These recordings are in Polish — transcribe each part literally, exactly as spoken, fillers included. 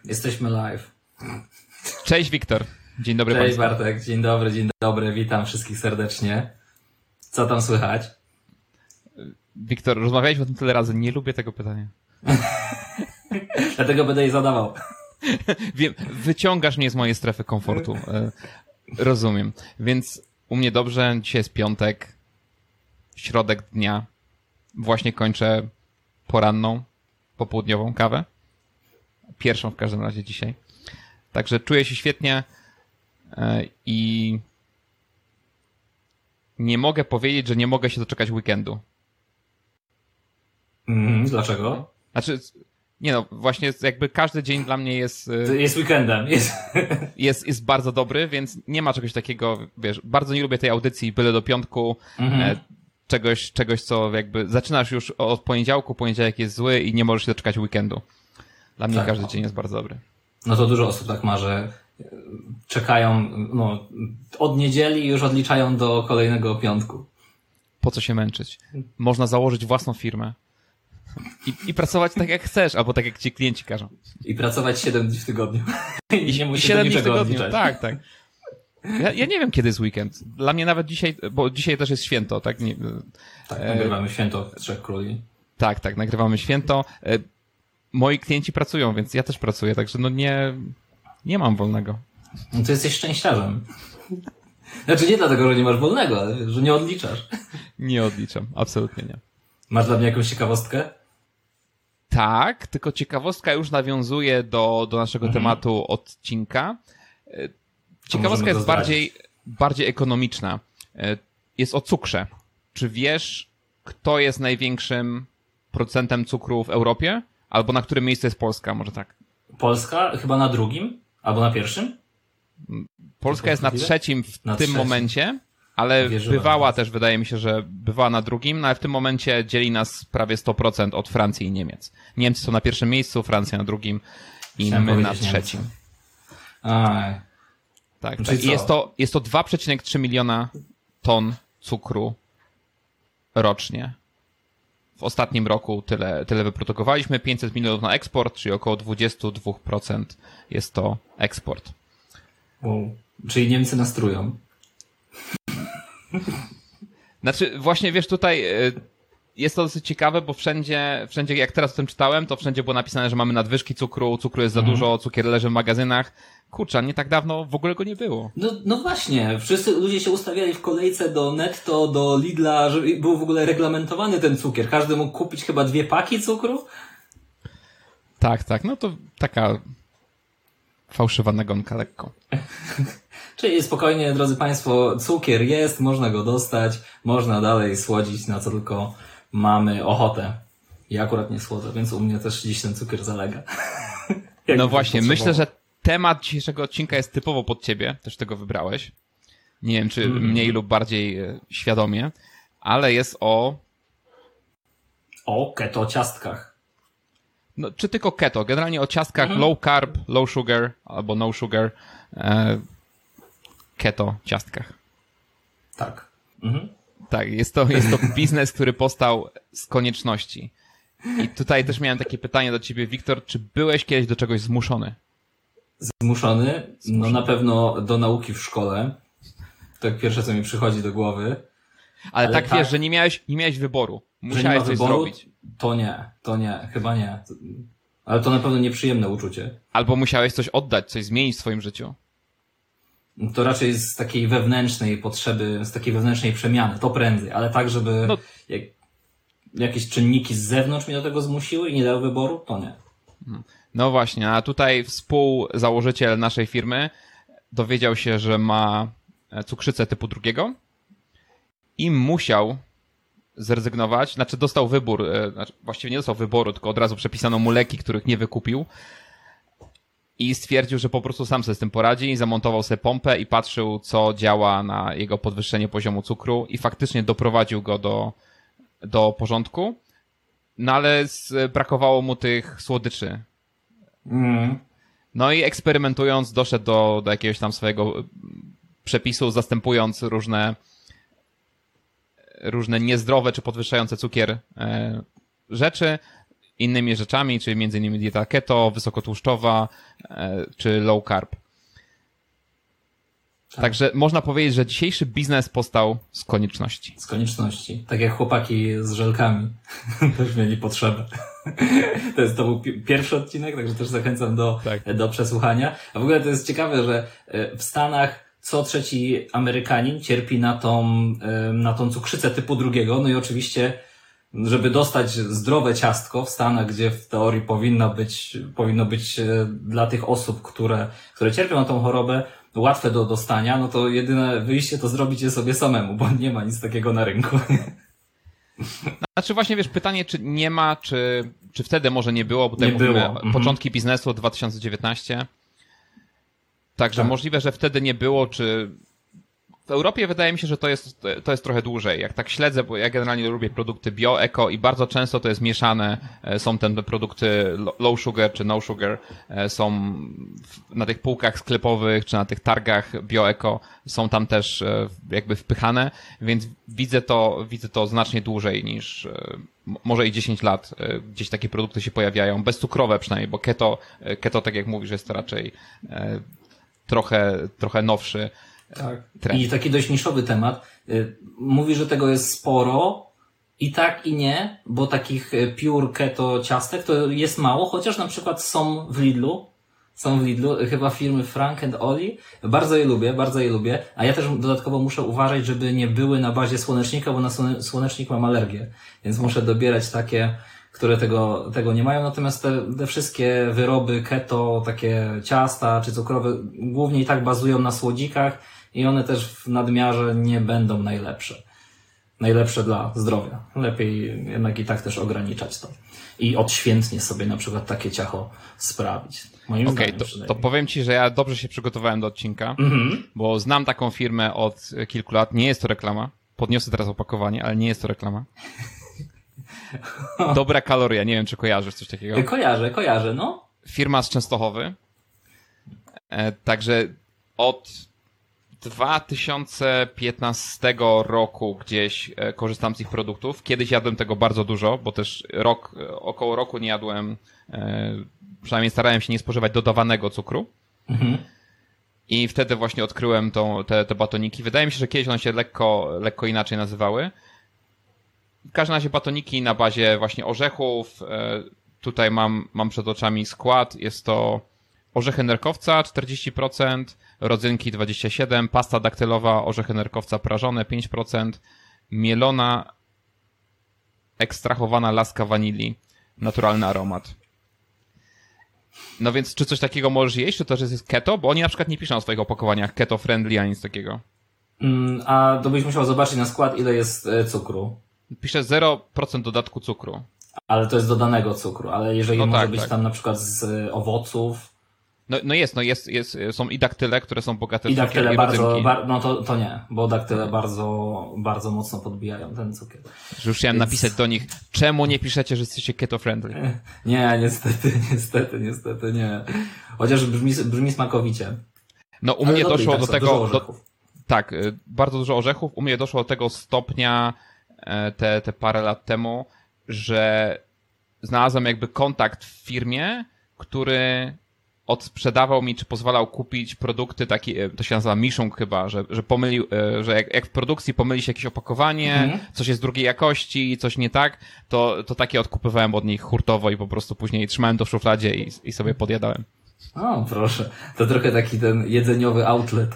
Jesteśmy live. Cześć Wiktor. Dzień dobry Cześć Państwu. Bartek, dzień dobry, dzień dobry. Witam wszystkich serdecznie. Co tam słychać? Wiktor, rozmawialiśmy o tym tyle razy. Nie lubię tego pytania. Dlatego będę je zadawał. Wiem, wyciągasz mnie z mojej strefy komfortu. Rozumiem. Więc u mnie dobrze. Dzisiaj jest piątek. Środek dnia. Właśnie kończę poranną, popołudniową kawę. Pierwszą w każdym razie dzisiaj. Także czuję się świetnie i nie mogę powiedzieć, że nie mogę się doczekać weekendu. Mm, dlaczego? Znaczy, nie no, właśnie jakby każdy dzień dla mnie jest... Jest weekendem. Jest. jest, jest bardzo dobry, więc nie ma czegoś takiego, wiesz, bardzo nie lubię tej audycji byle do piątku, mhm. czegoś, czegoś, co jakby zaczynasz już od poniedziałku, poniedziałek jest zły i nie możesz się doczekać weekendu. Dla mnie tak, każdy no. dzień jest bardzo dobry. No to dużo osób tak ma, że czekają, no, od niedzieli już odliczają do kolejnego piątku. Po co się męczyć? Można założyć własną firmę i, i pracować tak jak chcesz, albo tak jak ci klienci każą. I pracować siedem dni w tygodniu. I nie musisz siedem dni w tygodniu, odliczać. tak, tak. Ja, ja nie wiem, kiedy jest weekend. Dla mnie nawet dzisiaj, bo dzisiaj też jest święto, tak? Nie, tak, nagrywamy święto Trzech Króli. Tak, tak, nagrywamy święto. Moi klienci pracują, więc ja też pracuję, także no nie, nie mam wolnego. No to jesteś szczęściarzem. Znaczy nie dlatego, że nie masz wolnego, ale że nie odliczasz. Nie odliczam, absolutnie nie. Masz dla mnie jakąś ciekawostkę? Tak, tylko ciekawostka już nawiązuje do, do naszego mhm. tematu odcinka. Ciekawostka jest bardziej, bardziej ekonomiczna. Jest o cukrze. Czy wiesz, kto jest największym producentem cukru w Europie? Albo na którym miejscu jest Polska, może tak? Polska? Chyba na drugim? Albo na pierwszym? Polska jest na trzecim w na tym trzecim. momencie, ale Wierzyłem bywała też, wydaje mi się, że bywała na drugim, no ale w tym momencie dzieli nas prawie sto procent od Francji i Niemiec. Niemcy są na pierwszym miejscu, Francja na drugim i Chciałem my na trzecim. Aj. Tak, tak. I jest to, jest to dwa przecinek trzy miliona ton cukru rocznie. W ostatnim roku tyle, tyle wyprodukowaliśmy, pięćset milionów na eksport, czyli około dwadzieścia dwa procent jest to eksport. Wow. Czyli Niemcy nas trują. Znaczy, właśnie wiesz, tutaj jest to dosyć ciekawe, bo wszędzie, wszędzie jak teraz o tym czytałem, to wszędzie było napisane, że mamy nadwyżki cukru, cukru jest za mm. dużo, cukier leży w magazynach. Kurczę, nie tak dawno w ogóle go nie było. No, no właśnie, wszyscy ludzie się ustawiali w kolejce do Netto, do Lidla, żeby był w ogóle reglamentowany ten cukier. Każdy mógł kupić chyba dwie paki cukru? Tak, tak, no to taka fałszywa nagonka lekko. Czyli spokojnie, drodzy Państwo, cukier jest, można go dostać, można dalej słodzić, na co tylko mamy ochotę. Ja akurat nie słodzę, więc u mnie też dziś ten cukier zalega. No właśnie, myślę, że temat dzisiejszego odcinka jest typowo pod ciebie, też tego wybrałeś. Nie wiem, czy mm. mniej lub bardziej świadomie, ale jest o... O keto ciastkach. No, czy tylko keto, generalnie o ciastkach mm. low carb, low sugar, albo no sugar, e, keto ciastkach. Tak. Mhm. Tak, jest to, jest to biznes, który powstał z konieczności. I tutaj też miałem takie pytanie do ciebie, Wiktor, czy byłeś kiedyś do czegoś zmuszony? Zmuszony? No na pewno do nauki w szkole. To jak pierwsze, co mi przychodzi do głowy. Ale, Ale tak, tak wiesz, że nie miałeś, nie miałeś wyboru. Musiałeś coś wyboru, zrobić. To nie, to nie, chyba nie. Ale to na pewno nieprzyjemne uczucie. Albo musiałeś coś oddać, coś zmienić w swoim życiu. To raczej z takiej wewnętrznej potrzeby, z takiej wewnętrznej przemiany, to prędzej, ale tak, żeby no. jak, jakieś czynniki z zewnątrz mnie do tego zmusiły i nie dały wyboru, to nie. No właśnie, a tutaj współzałożyciel naszej firmy dowiedział się, że ma cukrzycę typu drugiego i musiał zrezygnować, znaczy dostał wybór, znaczy właściwie nie dostał wyboru, tylko od razu przepisano mu leki, których nie wykupił i stwierdził, że po prostu sam sobie z tym poradzi, zamontował sobie pompę i patrzył, co działa na jego podwyższenie poziomu cukru i faktycznie doprowadził go do, do porządku, no ale brakowało mu tych słodyczy. Mm. No i eksperymentując doszedł do, do jakiegoś tam swojego przepisu, zastępując różne różne niezdrowe czy podwyższające cukier e, rzeczy innymi rzeczami, czyli między innymi dieta keto, wysokotłuszczowa, czy low carb. Tak. Także można powiedzieć, że dzisiejszy biznes powstał z konieczności. Z konieczności. Tak jak chłopaki z żelkami też mieli potrzebę. To jest, to był pierwszy odcinek, także też zachęcam do, tak. do przesłuchania. A w ogóle to jest ciekawe, że w Stanach co trzeci Amerykanin cierpi na tą, na tą cukrzycę typu drugiego. No i oczywiście, żeby dostać zdrowe ciastko w Stanach, gdzie w teorii powinno być, powinno być dla tych osób, które, które cierpią na tą chorobę, łatwe do dostania, no to jedyne wyjście to zrobić je sobie samemu, bo nie ma nic takiego na rynku. Znaczy właśnie, wiesz, pytanie, czy nie ma, czy, czy wtedy może nie było, bo tutaj nie mówimy było. początki biznesu dwa tysiące dziewiętnasty. Także tak. Możliwe, że wtedy nie było, czy w Europie wydaje mi się, że to jest, to jest trochę dłużej. Jak tak śledzę, bo ja generalnie lubię produkty bio, eko i bardzo często to jest mieszane. Są te produkty low sugar czy no sugar. Są na tych półkach sklepowych czy na tych targach bio, eko. Są tam też jakby wpychane, więc widzę to, widzę to znacznie dłużej niż może i dziesięć lat. Gdzieś takie produkty się pojawiają. Bezcukrowe przynajmniej, bo keto, keto tak jak mówisz, jest to raczej trochę, trochę nowszy. Tak. I taki dość niszowy temat. Mówi, że tego jest sporo i tak i nie, bo takich pure keto ciastek to jest mało, chociaż na przykład są w Lidlu, są w Lidlu, chyba firmy Frank and Oli. Bardzo je lubię, bardzo je lubię, a ja też dodatkowo muszę uważać, żeby nie były na bazie słonecznika, bo na słonecznik mam alergię, więc muszę dobierać takie, które tego, tego nie mają, natomiast te, te wszystkie wyroby keto, takie ciasta czy cukrowe, głównie i tak bazują na słodzikach i one też w nadmiarze nie będą najlepsze. Najlepsze dla zdrowia. Lepiej jednak i tak też ograniczać to. I odświętnie sobie na przykład takie ciacho sprawić. Moim Okej, zdaniem to, to powiem Ci, że ja dobrze się przygotowałem do odcinka, mm-hmm. bo znam taką firmę od kilku lat. Nie jest to reklama. Podniosę teraz opakowanie, ale nie jest to reklama. Dobra kaloria, nie wiem, czy kojarzysz coś takiego. Kojarzę, kojarzę, no. Firma z Częstochowy. E, także od dwa tysiące piętnastego roku gdzieś e, korzystam z ich produktów. Kiedyś jadłem tego bardzo dużo, bo też rok, około roku nie jadłem, e, przynajmniej starałem się nie spożywać dodawanego cukru. Mhm. I wtedy właśnie odkryłem tą, te, te batoniki. Wydaje mi się, że kiedyś one się lekko, lekko inaczej nazywały. W każdym razie batoniki na bazie właśnie orzechów. Tutaj mam, mam przed oczami skład. Jest to orzechy nerkowca czterdzieści procent, rodzynki dwadzieścia siedem procent, pasta daktylowa, orzechy nerkowca prażone pięć procent, mielona, ekstrahowana laska wanilii, naturalny aromat. No więc czy coś takiego możesz jeść, czy to też jest keto? Bo oni na przykład nie piszą o swoich opakowaniach keto friendly, ani nic takiego. Mm, a to byś musiał zobaczyć na skład, ile jest cukru. Pisze zero procent dodatku cukru. Ale to jest dodanego cukru, ale jeżeli no może tak, być tak. tam na przykład z owoców. No, no jest, no jest, jest, są i daktyle, które są bogate w cukier. I daktyle i bardzo, bar, no to, to nie, bo daktyle bardzo, bardzo mocno podbijają ten cukier. Że już chciałem Więc... napisać do nich, czemu nie piszecie, że jesteście keto friendly? Nie, niestety, niestety, niestety nie. Chociaż brzmi, brzmi smakowicie. No u ale mnie dobry, doszło tak, do są, tego, do, tak, bardzo dużo orzechów, u mnie doszło do tego stopnia te, te parę lat temu, że znalazłem jakby kontakt w firmie, który odsprzedawał mi, czy pozwalał kupić produkty takie, to się nazywa miszung chyba, że, że pomylił, że jak, jak w produkcji pomyli się jakieś opakowanie, mhm. coś jest drugiej jakości, coś nie tak, to, to takie odkupywałem od nich hurtowo i po prostu później trzymałem to w szufladzie i, i sobie podjadałem. O, proszę. To trochę taki ten jedzeniowy outlet.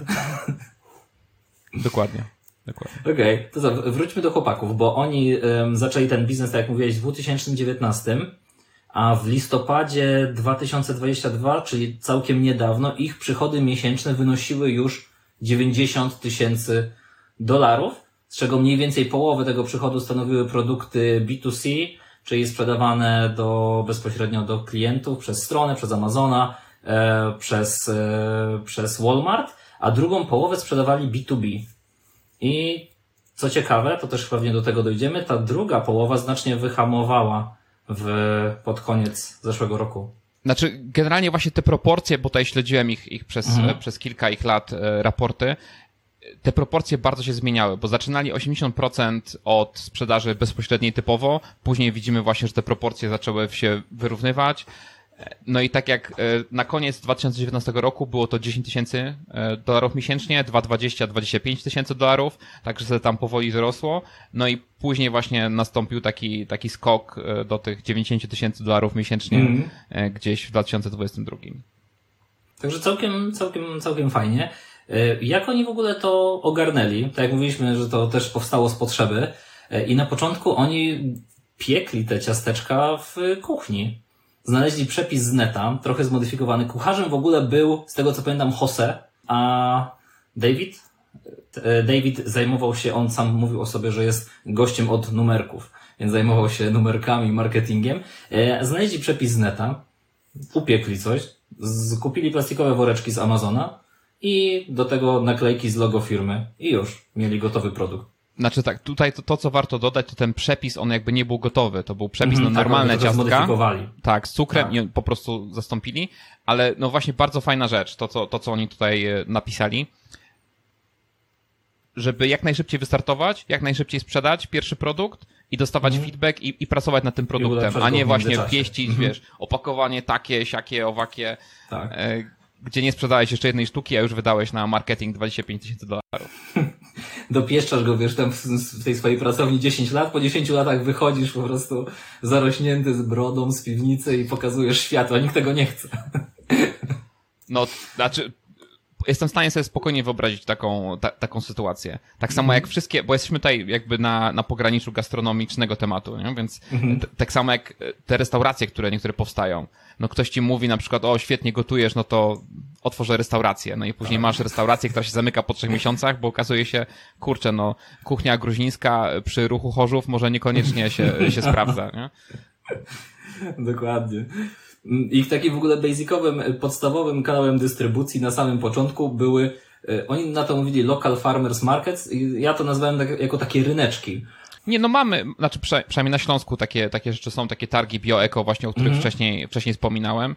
Dokładnie. Dokładnie. Okej, okay, to co, wróćmy do chłopaków, bo oni um, zaczęli ten biznes, tak jak mówiłeś, w dwa tysiące dziewiętnastym, a w listopadzie dwa tysiące dwudziestym drugim, czyli całkiem niedawno, ich przychody miesięczne wynosiły już dziewięćdziesiąt tysięcy dolarów, z czego mniej więcej połowę tego przychodu stanowiły produkty B dwa C, czyli sprzedawane do, bezpośrednio do klientów przez stronę, przez Amazona, e, przez, e, przez Walmart, a drugą połowę sprzedawali B dwa B. I co ciekawe, to też pewnie do tego dojdziemy, ta druga połowa znacznie wyhamowała w, pod koniec zeszłego roku. Znaczy, generalnie właśnie te proporcje, bo tutaj śledziłem ich, ich przez, mhm. przez kilka ich lat e, raporty, te proporcje bardzo się zmieniały, bo zaczynali osiemdziesiąt procent od sprzedaży bezpośredniej typowo, później widzimy właśnie, że te proporcje zaczęły się wyrównywać. No i tak jak na koniec dwa tysiące dziewiętnastego roku było to dziesięć tysięcy dolarów miesięcznie, dwa tysiące dwudziestego dwadzieścia pięć tysięcy dolarów, także sobie tam powoli wzrosło. No i później właśnie nastąpił taki, taki skok do tych dziewięćdziesiąt tysięcy dolarów miesięcznie mm. gdzieś w dwa tysiące dwudziestym drugim. Także całkiem, całkiem, całkiem fajnie. Jak oni w ogóle to ogarnęli? Tak jak mówiliśmy, że to też powstało z potrzeby i na początku oni piekli te ciasteczka w kuchni. Znaleźli przepis z neta, trochę zmodyfikowany. Kucharzem w ogóle był, z tego co pamiętam, Jose, a David? David zajmował się, on sam mówił o sobie, że jest gościem od numerków, więc zajmował się numerkami, marketingiem. Znaleźli przepis z neta, upiekli coś, kupili plastikowe woreczki z Amazona i do tego naklejki z logo firmy i już mieli gotowy produkt. Znaczy tak, tutaj to, to co warto dodać, to ten przepis, on jakby nie był gotowy, to był przepis mm, na normalne tak, ciastka. Zmodyfikowali. Tak, z cukrem tak. i po prostu zastąpili, ale no właśnie bardzo fajna rzecz, to co, to co oni tutaj napisali, żeby jak najszybciej wystartować, jak najszybciej sprzedać pierwszy produkt i dostawać mm. feedback i, i pracować nad tym produktem, a nie właśnie pieścić, mm-hmm. wiesz, opakowanie takie, siakie, owakie, tak. e, gdzie nie sprzedałeś jeszcze jednej sztuki, a już wydałeś na marketing dwadzieścia pięć tysięcy dolarów. Dopieszczasz go, wiesz, tam w, w tej swojej pracowni dziesięć lat, po dziesięciu latach wychodzisz po prostu zarośnięty z brodą z piwnicy i pokazujesz światu, a nikt tego nie chce. No, znaczy, jestem w stanie sobie spokojnie wyobrazić taką, ta, taką sytuację. Tak samo jak wszystkie, bo jesteśmy tutaj jakby na, na pograniczu gastronomicznego tematu, nie? Więc t, tak samo jak te restauracje, które niektóre powstają. No ktoś ci mówi na przykład, o świetnie gotujesz, no to otworzę restaurację. No i później masz restaurację, która się zamyka po trzech miesiącach, bo okazuje się, kurczę, no kuchnia gruzińska przy ruchu Chorzów może niekoniecznie się, się sprawdza, nie? Dokładnie. Ich takim w ogóle basicowym, podstawowym kanałem dystrybucji na samym początku były, oni na to mówili local farmers markets i ja to nazwałem tak, jako takie ryneczki. Nie, no mamy, znaczy przynajmniej na Śląsku takie, takie rzeczy są, takie targi bio-eko właśnie, o których mm-hmm. wcześniej, wcześniej wspominałem.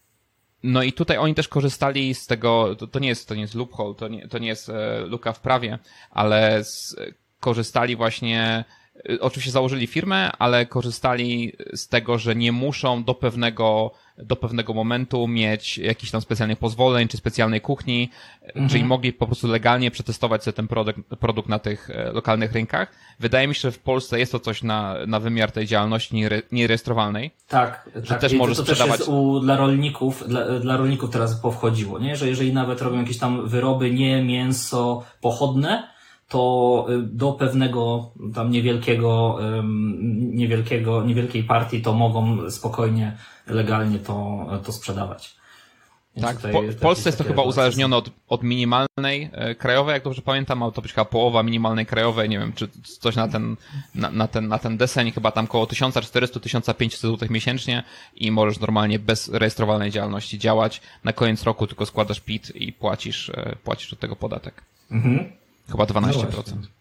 No i tutaj oni też korzystali z tego, to, to nie jest, to nie jest loophole, to nie, to nie jest e, luka w prawie, ale z, korzystali właśnie, oczywiście założyli firmę, ale korzystali z tego, że nie muszą do pewnego, do pewnego momentu mieć jakichś tam specjalnych pozwoleń czy specjalnej kuchni, mhm. czyli mogli po prostu legalnie przetestować sobie ten produkt, produkt na tych lokalnych rynkach. Wydaje mi się, że w Polsce jest to coś na, na wymiar tej działalności niere, nierejestrowalnej. Tak, że tak. też I możesz to sprzedawać. Też jest u, dla rolników, dla, dla rolników teraz powchodziło, nie? Że jeżeli nawet robią jakieś tam wyroby nie mięso pochodne, to do pewnego tam niewielkiego, niewielkiego, niewielkiej partii to mogą spokojnie, legalnie to, to sprzedawać. Więc tak, po, w Polsce jest to chyba uzależnione od, od minimalnej e, krajowej, jak dobrze pamiętam, ale to być chyba połowa minimalnej krajowej, nie wiem, czy coś na ten, na, na ten, na ten deseń, chyba tam koło tysiąc czterysta do tysiąca pięciuset złotych miesięcznie i możesz normalnie bez rejestrowanej działalności działać. Na koniec roku tylko składasz P I T i płacisz, e, płacisz od tego podatek. Mhm. Chyba dwanaście procent. No,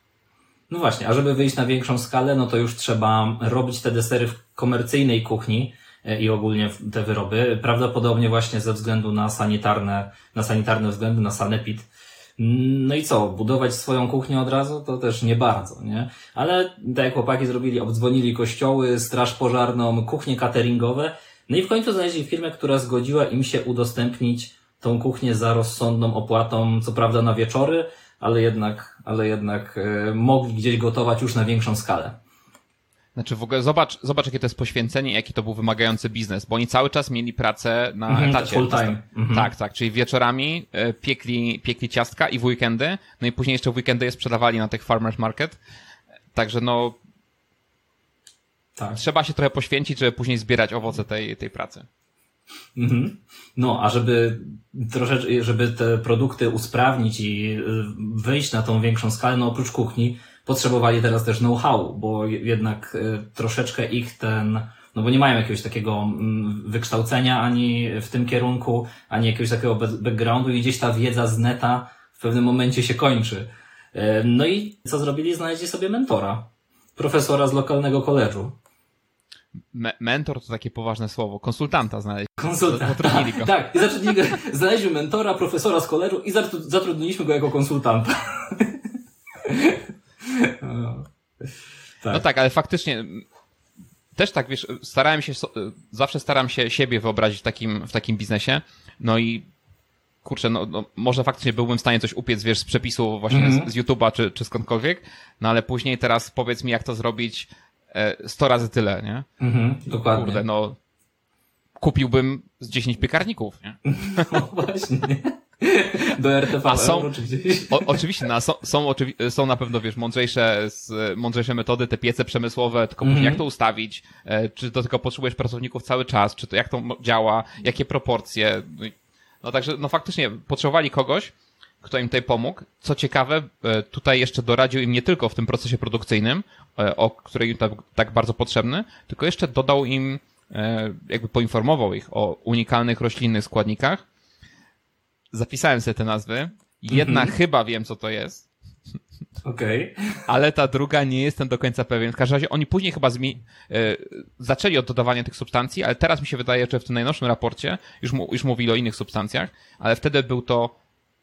no właśnie, a żeby wyjść na większą skalę, no to już trzeba robić te desery w komercyjnej kuchni i ogólnie te wyroby, prawdopodobnie właśnie ze względu na sanitarne, na sanitarne względy, na sanepid. No i co, budować swoją kuchnię od razu? To też nie bardzo, nie? Ale tak jak chłopaki zrobili, obdzwonili kościoły, straż pożarną, kuchnie cateringowe, no i w końcu znaleźli firmę, która zgodziła im się udostępnić tą kuchnię za rozsądną opłatą, co prawda na wieczory, ale jednak, ale jednak e, mogli gdzieś gotować już na większą skalę. Znaczy w ogóle zobacz, zobacz jakie to jest poświęcenie, jaki to był wymagający biznes, bo oni cały czas mieli pracę na mm-hmm, etacie. Full time. Mm-hmm. Tak, tak, czyli wieczorami e, piekli, piekli ciastka i w weekendy, no i później jeszcze w weekendy je sprzedawali na tych farmers market. Także no tak. Trzeba się trochę poświęcić, żeby później zbierać owoce tej, tej pracy. Mhm. No, a żeby troszeczkę, żeby te produkty usprawnić i wyjść na tą większą skalę, no oprócz kuchni, potrzebowali teraz też know-how, bo jednak troszeczkę ich ten, no bo nie mają jakiegoś takiego wykształcenia ani w tym kierunku, ani jakiegoś takiego backgroundu i gdzieś ta wiedza z neta w pewnym momencie się kończy. No i co zrobili? Znaleźli sobie mentora, profesora z lokalnego koledżu. Me- mentor to takie poważne słowo. Konsultanta znaleźli. Konsultant. Zatrudnili go. Tak, i zatrudnili go. Znaleźliśmy mentora, profesora z koleżu i zatrudniliśmy go jako konsultanta. No tak. No tak, ale faktycznie też tak, wiesz, starałem się, zawsze staram się siebie wyobrazić w takim, w takim biznesie, no i kurczę, no, no może faktycznie byłbym w stanie coś upiec, wiesz, z przepisu właśnie mm-hmm. z, z YouTube'a czy, czy skądkolwiek, no ale później teraz powiedz mi, jak to zrobić sto razy tyle, nie? Mhm, dokładnie. Kurde, no kupiłbym z dziesięć piekarników, nie? No właśnie. Do R T V A są, Euro, czy gdzieś. O, oczywiście, no, są, są, oczywi- są na pewno, wiesz, mądrzejsze, mądrzejsze metody, te piece przemysłowe, tylko mm-hmm. jak to ustawić, czy to tylko potrzebujesz pracowników cały czas, czy to jak to działa, jakie proporcje. No także, no faktycznie potrzebowali kogoś, kto im tutaj pomógł. Co ciekawe, tutaj jeszcze doradził im nie tylko w tym procesie produkcyjnym, o której im tak, tak bardzo potrzebny, tylko jeszcze dodał im, jakby poinformował ich o unikalnych roślinnych składnikach. Zapisałem sobie te nazwy. Jedna mm-hmm. chyba wiem, co to jest. Okej. Okay. Ale ta druga nie jestem do końca pewien. W każdym razie oni później chyba zmi- y- zaczęli od dodawania tych substancji, ale teraz mi się wydaje, że w tym najnowszym raporcie już, mu- już mówili o innych substancjach, ale wtedy był to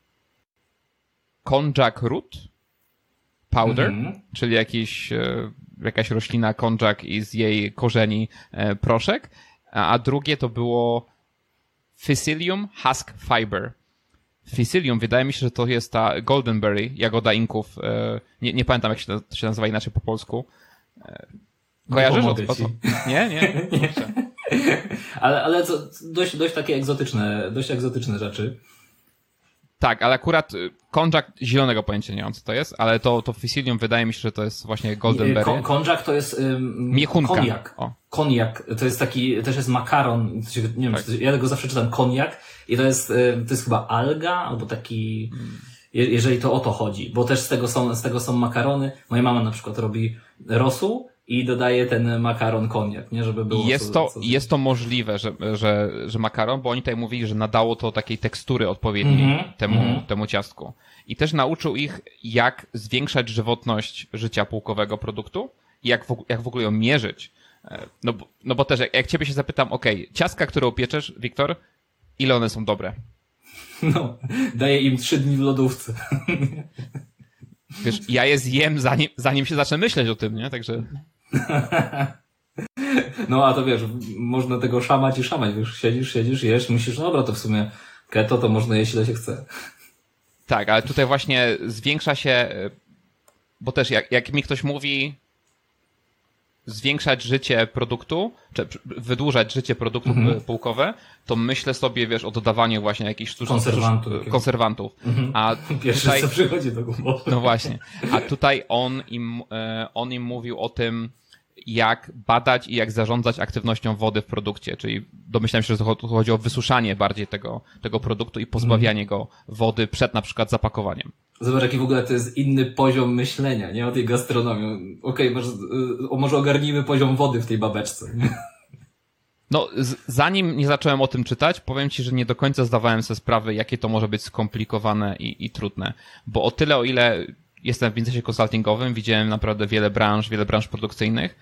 konjac root powder, mm-hmm. czyli jakiś, y- jakaś roślina konjac i z jej korzeni y- proszek, a-, a drugie to było Phycillium husk fiber. Phycillium, wydaje mi się, że to jest ta goldenberry, jagoda Inków. Nie, nie pamiętam, jak się to się nazywa inaczej po polsku. Kojarzysz? O, o, nie? Nie? nie. ale ale to dość, dość takie egzotyczne, dość egzotyczne rzeczy. Tak, ale akurat konjac zielonego pojęcia nie mam, co to jest, ale to, to Phycillium wydaje mi się, że to jest właśnie goldenberry. Kon, konjac to jest um, miechunka. Koniak. O. Koniak. To jest taki, też jest makaron. Nie wiem, tak. czy to, ja go zawsze czytam koniak i to jest, to jest chyba alga albo taki, hmm. jeżeli to o to chodzi, bo też z tego są, z tego są makarony. Moja mama na przykład robi rosół i dodaje ten makaron koniak, nie, żeby było. Jest co, to, co jest to możliwe, że, że, że makaron, bo oni tutaj mówili, że nadało to takiej tekstury odpowiedniej mm-hmm. temu, mm-hmm. temu ciastku. I też nauczył ich, jak zwiększać żywotność życia półkowego produktu i jak w, jak w ogóle ją mierzyć. No, no bo też, jak, jak ciebie się zapytam, okej, okay, ciastka, które upieczesz, Wiktor, ile one są dobre? No, daję im trzy dni w lodówce. Wiesz, ja je zjem zanim, zanim się zacznę myśleć o tym, nie? Także... No, a to wiesz, można tego szamać i szamać, wiesz, siedzisz, siedzisz, jesz, myślisz, no dobra, to w sumie keto to można jeść ile się chce. Tak, ale tutaj właśnie zwiększa się, bo też jak, jak mi ktoś mówi zwiększać życie produktu, czy wydłużać życie produktu mhm. półkowe, to myślę sobie, wiesz, o dodawaniu właśnie jakichś sztucznych konserwantów. konserwantów. Mhm. A Pierwsze, tutaj, co przychodzi do głowy. No właśnie. A tutaj on im, on im mówił o tym, jak badać i jak zarządzać aktywnością wody w produkcie, czyli domyślam się, że to chodzi o wysuszanie bardziej tego, tego produktu i pozbawianie go wody przed na przykład zapakowaniem. Zobacz, jaki w ogóle to jest inny poziom myślenia, nie? O tej gastronomii. Okej, okay, może, może ogarnijmy poziom wody w tej babeczce. Nie? No, z, zanim nie zacząłem o tym czytać, powiem ci, że nie do końca zdawałem sobie sprawy, jakie to może być skomplikowane i, i trudne. Bo o tyle, o ile jestem w biznesie konsultingowym, widziałem naprawdę wiele branż, wiele branż produkcyjnych,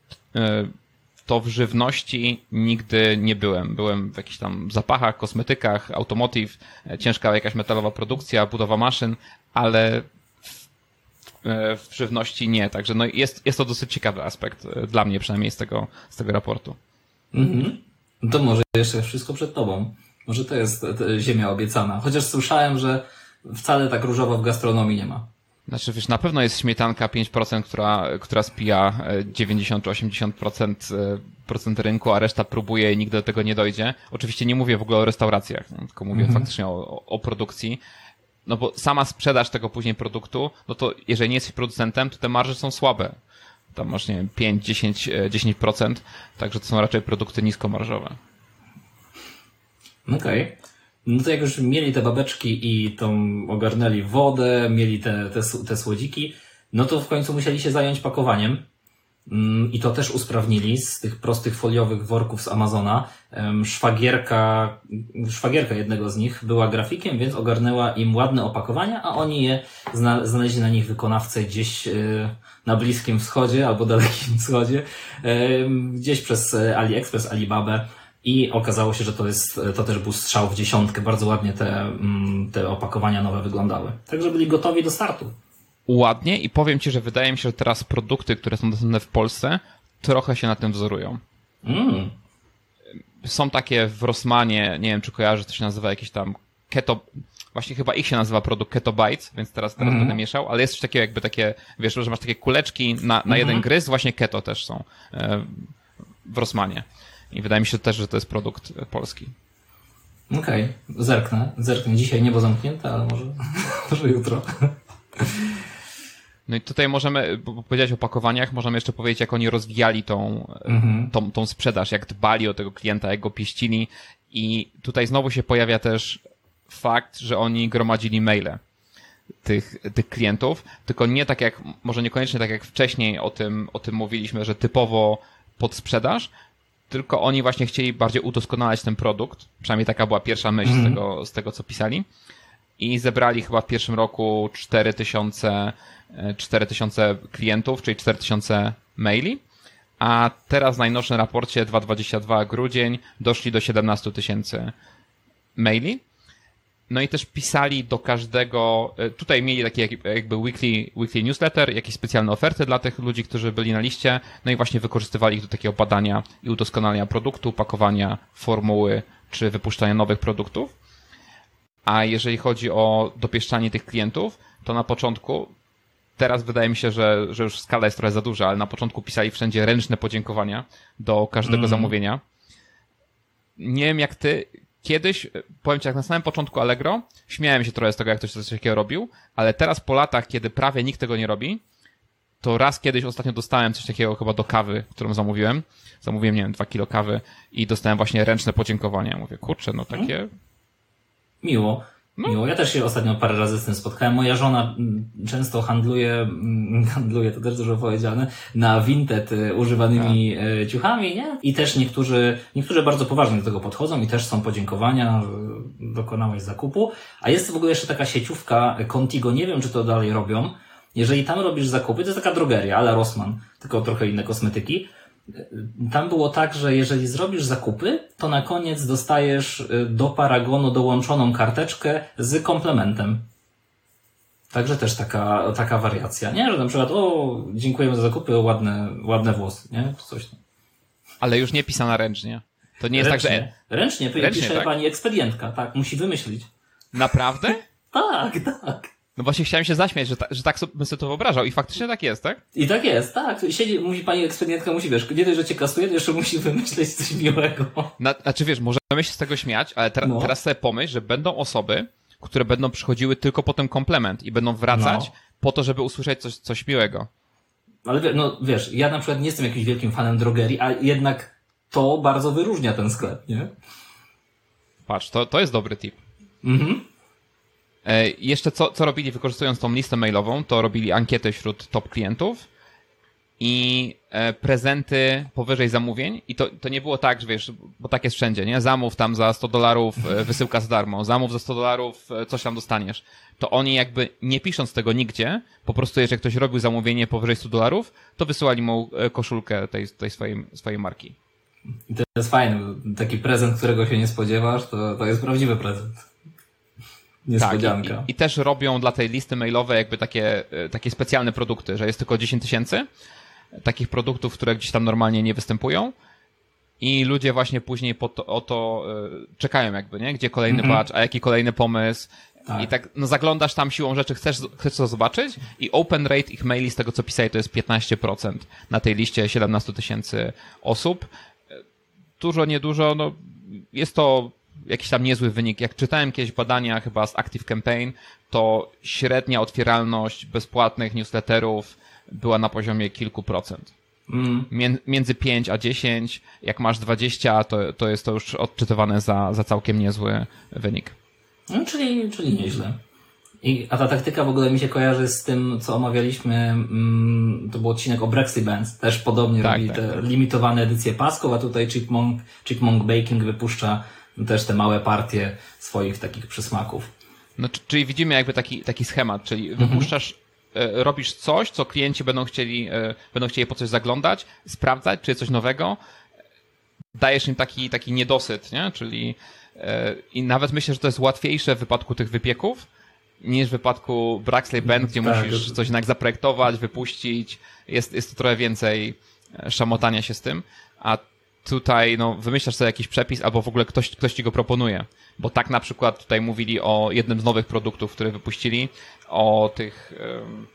to w żywności nigdy nie byłem. Byłem w jakichś tam zapachach, kosmetykach, automotive, ciężka jakaś metalowa produkcja, budowa maszyn, ale w, w żywności nie. Także no jest, jest to dosyć ciekawy aspekt dla mnie przynajmniej z tego, z tego raportu. Mhm. No to może jeszcze wszystko przed tobą. Może to jest ziemia obiecana. Chociaż słyszałem, że wcale tak różowo w gastronomii nie ma. Znaczy, wiesz, na pewno jest śmietanka pięć procent, która, która spija dziewięćdziesiąt czy osiemdziesiąt procent, procent rynku, a reszta próbuje i nigdy do tego nie dojdzie. Oczywiście nie mówię w ogóle o restauracjach, tylko mówię mhm. faktycznie o, o produkcji. No bo sama sprzedaż tego później produktu, no to jeżeli nie jesteś producentem, to te marże są słabe. Tam masz, nie wiem, pięć, dziesięć, dziesięć procent, także to są raczej produkty niskomarżowe. Okej. Okay. No to jak już mieli te babeczki i tą ogarnęli wodę, mieli te, te, te słodziki, no to w końcu musieli się zająć pakowaniem. I to też usprawnili z tych prostych foliowych worków z Amazona. Szwagierka, szwagierka jednego z nich była grafikiem, więc ogarnęła im ładne opakowania, a oni je znaleźli na nich wykonawcę gdzieś na Bliskim Wschodzie albo Dalekim Wschodzie, gdzieś przez AliExpress, Alibabę. I okazało się, że to jest, to też był strzał w dziesiątkę. Bardzo ładnie te, te opakowania nowe wyglądały. Także byli gotowi do startu. Ładnie i powiem ci, że wydaje mi się, że teraz produkty, które są dostępne w Polsce, trochę się na tym wzorują. Mm. Są takie w Rossmanie, nie wiem czy kojarzysz, to się nazywa jakieś tam keto, właśnie chyba ich się nazywa produkt Keto Bites, więc teraz, teraz mm. będę mieszał, ale jest coś takiego jakby takie, wiesz, że masz takie kuleczki na, na mm. jeden gryz, właśnie keto też są w Rossmanie. I wydaje mi się też, że to jest produkt polski. Okej, okay. Zerknę. Zerknę. Dzisiaj niebo zamknięte, ale może, może jutro. No i tutaj możemy, bo powiedziałeś o pakowaniach, możemy jeszcze powiedzieć, jak oni rozwijali tą, mm-hmm. tą, tą sprzedaż, jak dbali o tego klienta, jak go pieścili. I tutaj znowu się pojawia też fakt, że oni gromadzili maile tych, tych klientów, tylko nie tak jak, może niekoniecznie tak jak wcześniej o tym, o tym mówiliśmy, że typowo pod sprzedaż, tylko oni właśnie chcieli bardziej udoskonalać ten produkt. Przynajmniej taka była pierwsza myśl mm. z tego, z tego, co pisali. I zebrali chyba w pierwszym roku cztery tysiące klientów, czyli cztery tysiące maili. A teraz w najnowszym raporcie dwa tysiące dwudziesty drugi grudzień doszli do siedemnaście tysięcy maili. No i też pisali do każdego, tutaj mieli taki jakby weekly, weekly newsletter, jakieś specjalne oferty dla tych ludzi, którzy byli na liście, no i właśnie wykorzystywali ich do takiego badania i udoskonalenia produktu, pakowania formuły, czy wypuszczania nowych produktów. A jeżeli chodzi o dopieszczanie tych klientów, to na początku, teraz wydaje mi się, że, że już skala jest trochę za duża, ale na początku pisali wszędzie ręczne podziękowania do każdego mm. zamówienia. Nie wiem jak ty, kiedyś, powiem ci, jak na samym początku Allegro, śmiałem się trochę z tego, jak ktoś coś takiego robił, ale teraz po latach, kiedy prawie nikt tego nie robi, to raz kiedyś ostatnio dostałem coś takiego chyba do kawy, którą zamówiłem. Zamówiłem, nie wiem, dwa kilo kawy i dostałem właśnie ręczne podziękowania. Mówię, kurczę, no takie... Miło. No. Miło. Ja też się ostatnio parę razy z tym spotkałem. Moja żona często handluje, handluje, to też dużo powiedziane, na Vinted używanymi A. ciuchami, nie? I też niektórzy, niektórzy bardzo poważnie do tego podchodzą i też są podziękowania, że dokonałeś zakupu. A jest w ogóle jeszcze taka sieciówka Contigo, nie wiem czy to dalej robią. Jeżeli tam robisz zakupy, to jest taka drogeria, ale Rossmann, tylko trochę inne kosmetyki. Tam było tak, że jeżeli zrobisz zakupy, to na koniec dostajesz do paragonu dołączoną karteczkę z komplementem. Także też taka, taka wariacja, nie? Że na przykład, o, dziękujemy za zakupy, ładne, ładne włosy, nie? Coś tam. Ale już nie pisana ręcznie. To nie jest ręcznie. tak, że... Ręcznie, ręcznie pisze tak? pani ekspedientka, tak, musi wymyślić. Naprawdę? Tak, tak. No właśnie chciałem się zaśmiać, że, ta, że tak bym sobie to wyobrażał i faktycznie tak jest, tak? I tak jest, tak. Siedzi, musi pani ekspedientka, musi, wiesz, nie dość, że cię kasuje, to jeszcze musi wymyśleć coś miłego. Na, znaczy wiesz, możemy się z tego śmiać, ale ter, no. teraz sobie pomyśl, że będą osoby, które będą przychodziły tylko po ten komplement i będą wracać no. po to, żeby usłyszeć coś, coś miłego. Ale no wiesz, ja na przykład nie jestem jakimś wielkim fanem drogerii, a jednak to bardzo wyróżnia ten sklep, nie? Patrz, to, to jest dobry tip. Mhm. E, jeszcze co, co robili wykorzystując tą listę mailową, to robili ankietę wśród top klientów i e, prezenty powyżej zamówień i to, to nie było tak, że wiesz, bo tak jest wszędzie, nie? Zamów tam za sto dolarów, e, wysyłka za darmo, zamów za sto dolarów, e, coś tam dostaniesz. To oni jakby nie pisząc tego nigdzie, po prostu jeżeli ktoś robił zamówienie powyżej stu dolarów, to wysyłali mu e, koszulkę tej, tej swojej, swojej marki. I to jest fajne, taki prezent, którego się nie spodziewasz, to, to jest prawdziwy prezent. Niespodzianka. Tak, i, i też robią dla tej listy mailowej jakby takie, takie specjalne produkty, że jest tylko dziesięć tysięcy takich produktów, które gdzieś tam normalnie nie występują i ludzie właśnie później po to, o to y, czekają jakby, nie? Gdzie kolejny mm-hmm. batch, a jaki kolejny pomysł. Tak. I tak no zaglądasz tam siłą rzeczy, chcesz, chcesz to zobaczyć i open rate ich maili z tego co pisali to jest piętnaście procent na tej liście siedemnaście tysięcy osób. Dużo, niedużo, no jest to jakiś tam niezły wynik. Jak czytałem kiedyś badania chyba z Active Campaign, to średnia otwieralność bezpłatnych newsletterów była na poziomie kilku procent. Mm. Mię- między pięć a dziesięć, jak masz dwadzieścia, to, to jest to już odczytywane za, za całkiem niezły wynik. No, czyli, czyli nieźle. I, a ta taktyka w ogóle mi się kojarzy z tym, co omawialiśmy, mm, to był odcinek o Brexit Bands. Też podobnie tak, robi tak, te tak. limitowane edycje pasków, a tutaj Chipmunk, Chipmunk Baking wypuszcza też te małe partie swoich takich przysmaków. No, czyli widzimy jakby taki, taki schemat, czyli mhm. wypuszczasz, e, robisz coś, co klienci będą chcieli, e, będą chcieli po coś zaglądać, sprawdzać, czy jest coś nowego, dajesz im taki, taki niedosyt, nie? Czyli e, i nawet myślę, że to jest łatwiejsze w wypadku tych wypieków, niż w wypadku Brackley Band, gdzie tak, musisz to... coś jednak zaprojektować, wypuścić, jest, jest to trochę więcej szamotania się z tym, a tutaj no, wymyślasz sobie jakiś przepis albo w ogóle ktoś, ktoś ci go proponuje. Bo tak na przykład tutaj mówili o jednym z nowych produktów, które wypuścili, o tych... Um,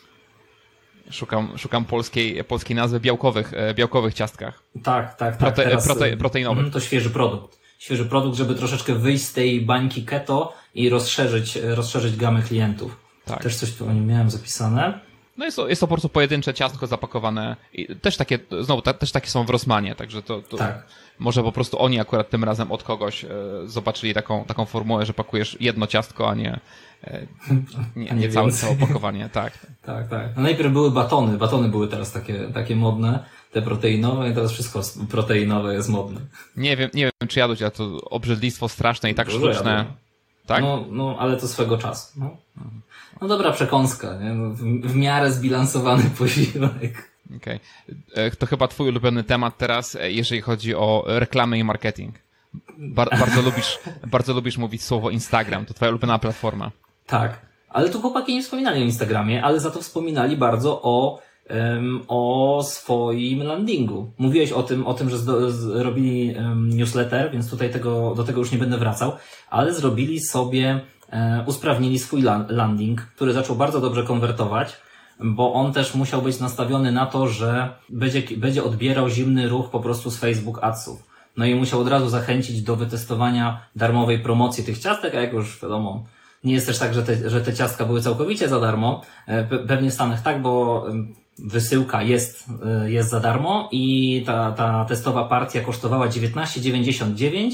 szukam szukam polskiej, polskiej nazwy, białkowych, białkowych ciastkach. Tak, tak, tak. Prote, Teraz, prote, proteinowych. To świeży produkt. Świeży produkt, żeby troszeczkę wyjść z tej bańki keto i rozszerzyć, rozszerzyć gamę klientów. Tak. Też coś tu o nim miałem zapisane. No jest to, jest to po prostu pojedyncze ciastko zapakowane. I też takie, znowu, ta, też takie są w Rossmanie, także to, to Tak. może po prostu oni akurat tym razem od kogoś e, zobaczyli taką, taką formułę, że pakujesz jedno ciastko, a nie, e, nie, A nie nie całe, więcej. całe opakowanie. Tak. Tak, tak. No najpierw były batony. Batony były teraz takie, takie modne, te proteinowe i teraz wszystko proteinowe jest modne. Nie wiem, nie wiem czy jadłeś, ale to obrzydlistwo straszne i tak Dużo sztuczne. jadłem. Tak? No, no, ale to swego czasu. No, no dobra przekąska, nie? No, w, w miarę zbilansowany posiłek. Okej. Okay. To chyba twój ulubiony temat teraz, jeżeli chodzi o reklamę i marketing. Bar bardzo lubisz, bardzo lubisz mówić słowo Instagram, to twoja ulubiona platforma. Tak, ale tu chłopaki nie wspominali o Instagramie, ale za to wspominali bardzo o, um, o swoim landingu. Mówiłeś o tym, o tym, że zrobili um, newsletter, więc tutaj tego, do tego już nie będę wracał, ale zrobili sobie, um, usprawnili swój landing, który zaczął bardzo dobrze konwertować, bo on też musiał być nastawiony na to, że będzie, będzie odbierał zimny ruch po prostu z Facebook Adsów. No i musiał od razu zachęcić do wytestowania darmowej promocji tych ciastek, a jak już wiadomo, nie jest też tak, że te, że te ciastka były całkowicie za darmo. Pe- pewnie w Stanach tak, bo wysyłka jest, jest za darmo i ta, ta testowa partia kosztowała dziewiętnaście dziewięćdziesiąt dziewięć.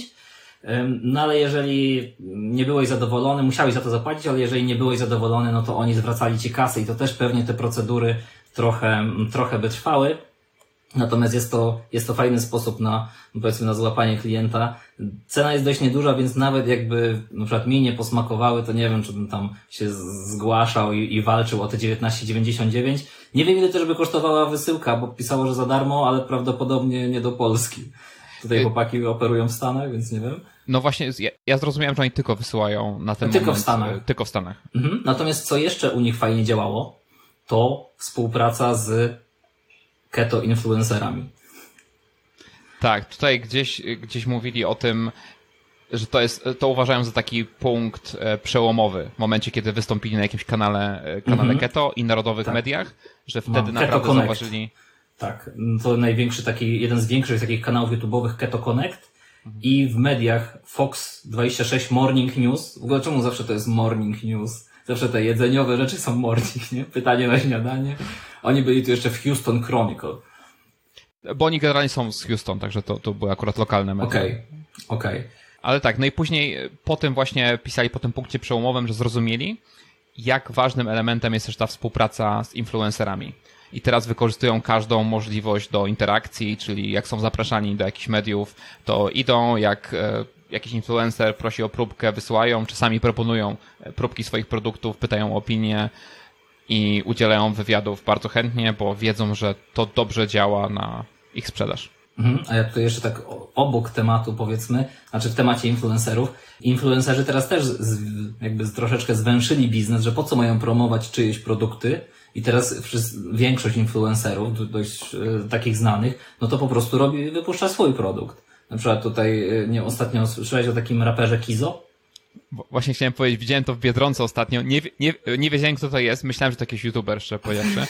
No ale jeżeli nie byłeś zadowolony, musiałeś za to zapłacić, ale jeżeli nie byłeś zadowolony, no to oni zwracali ci kasę i to też pewnie te procedury trochę, trochę by trwały. Natomiast jest to, jest to fajny sposób na, powiedzmy, na złapanie klienta. Cena jest dość nieduża, więc nawet jakby na przykład mi nie posmakowały, to nie wiem, czy bym tam się zgłaszał i, i walczył o te dziewiętnaście dziewięćdziesiąt dziewięć. Nie wiem, ile też by kosztowała wysyłka, bo pisało, że za darmo, ale prawdopodobnie nie do Polski. Tutaj chłopaki operują w Stanach, więc nie wiem. No właśnie, ja, ja zrozumiałem, że oni tylko wysyłają na ten tylko moment. W Stanach. Tylko w Stanach. Mhm. Natomiast co jeszcze u nich fajnie działało, to współpraca z keto influencerami. Tak, tutaj gdzieś, gdzieś mówili o tym, że to jest, to uważają za taki punkt przełomowy w momencie, kiedy wystąpili na jakimś kanale, kanale mm-hmm. keto i narodowych tak. mediach, że wtedy no, naprawdę zauważyli. Tak, to największy taki, jeden z większych takich kanałów YouTube'owych Keto Connect mhm. i w mediach Fox dwadzieścia sześć Morning News. W ogóle czemu zawsze to jest Morning News? Zawsze te jedzeniowe rzeczy są morning, nie? Pytanie na śniadanie. Oni byli tu jeszcze w Houston Chronicle. Bo oni generalnie są z Houston, także to, to były akurat lokalne media. Okej, okay. okej. Okay. Ale tak, no i później po tym właśnie pisali po tym punkcie przełomowym, że zrozumieli, jak ważnym elementem jest też ta współpraca z influencerami. I teraz wykorzystują każdą możliwość do interakcji, czyli jak są zapraszani do jakichś mediów, to idą, jak e, jakiś influencer prosi o próbkę, wysyłają, czasami proponują próbki swoich produktów, pytają o opinię i udzielają wywiadów bardzo chętnie, bo wiedzą, że to dobrze działa na ich sprzedaż. Mhm, a ja tutaj jeszcze tak obok tematu powiedzmy, znaczy w temacie influencerów, influencerzy teraz też z, jakby troszeczkę zwęszyli biznes, że po co mają promować czyjeś produkty i teraz wszyscy, większość influencerów, dość e, takich znanych, no to po prostu robi, wypuszcza swój produkt. Na przykład tutaj, nie, ostatnio słyszałeś o takim raperze Kizo? Właśnie chciałem powiedzieć, widziałem to w Biedronce ostatnio, nie, nie, nie wiedziałem kto to jest, myślałem, że to jakiś youtuber jeszcze powiedziawszy.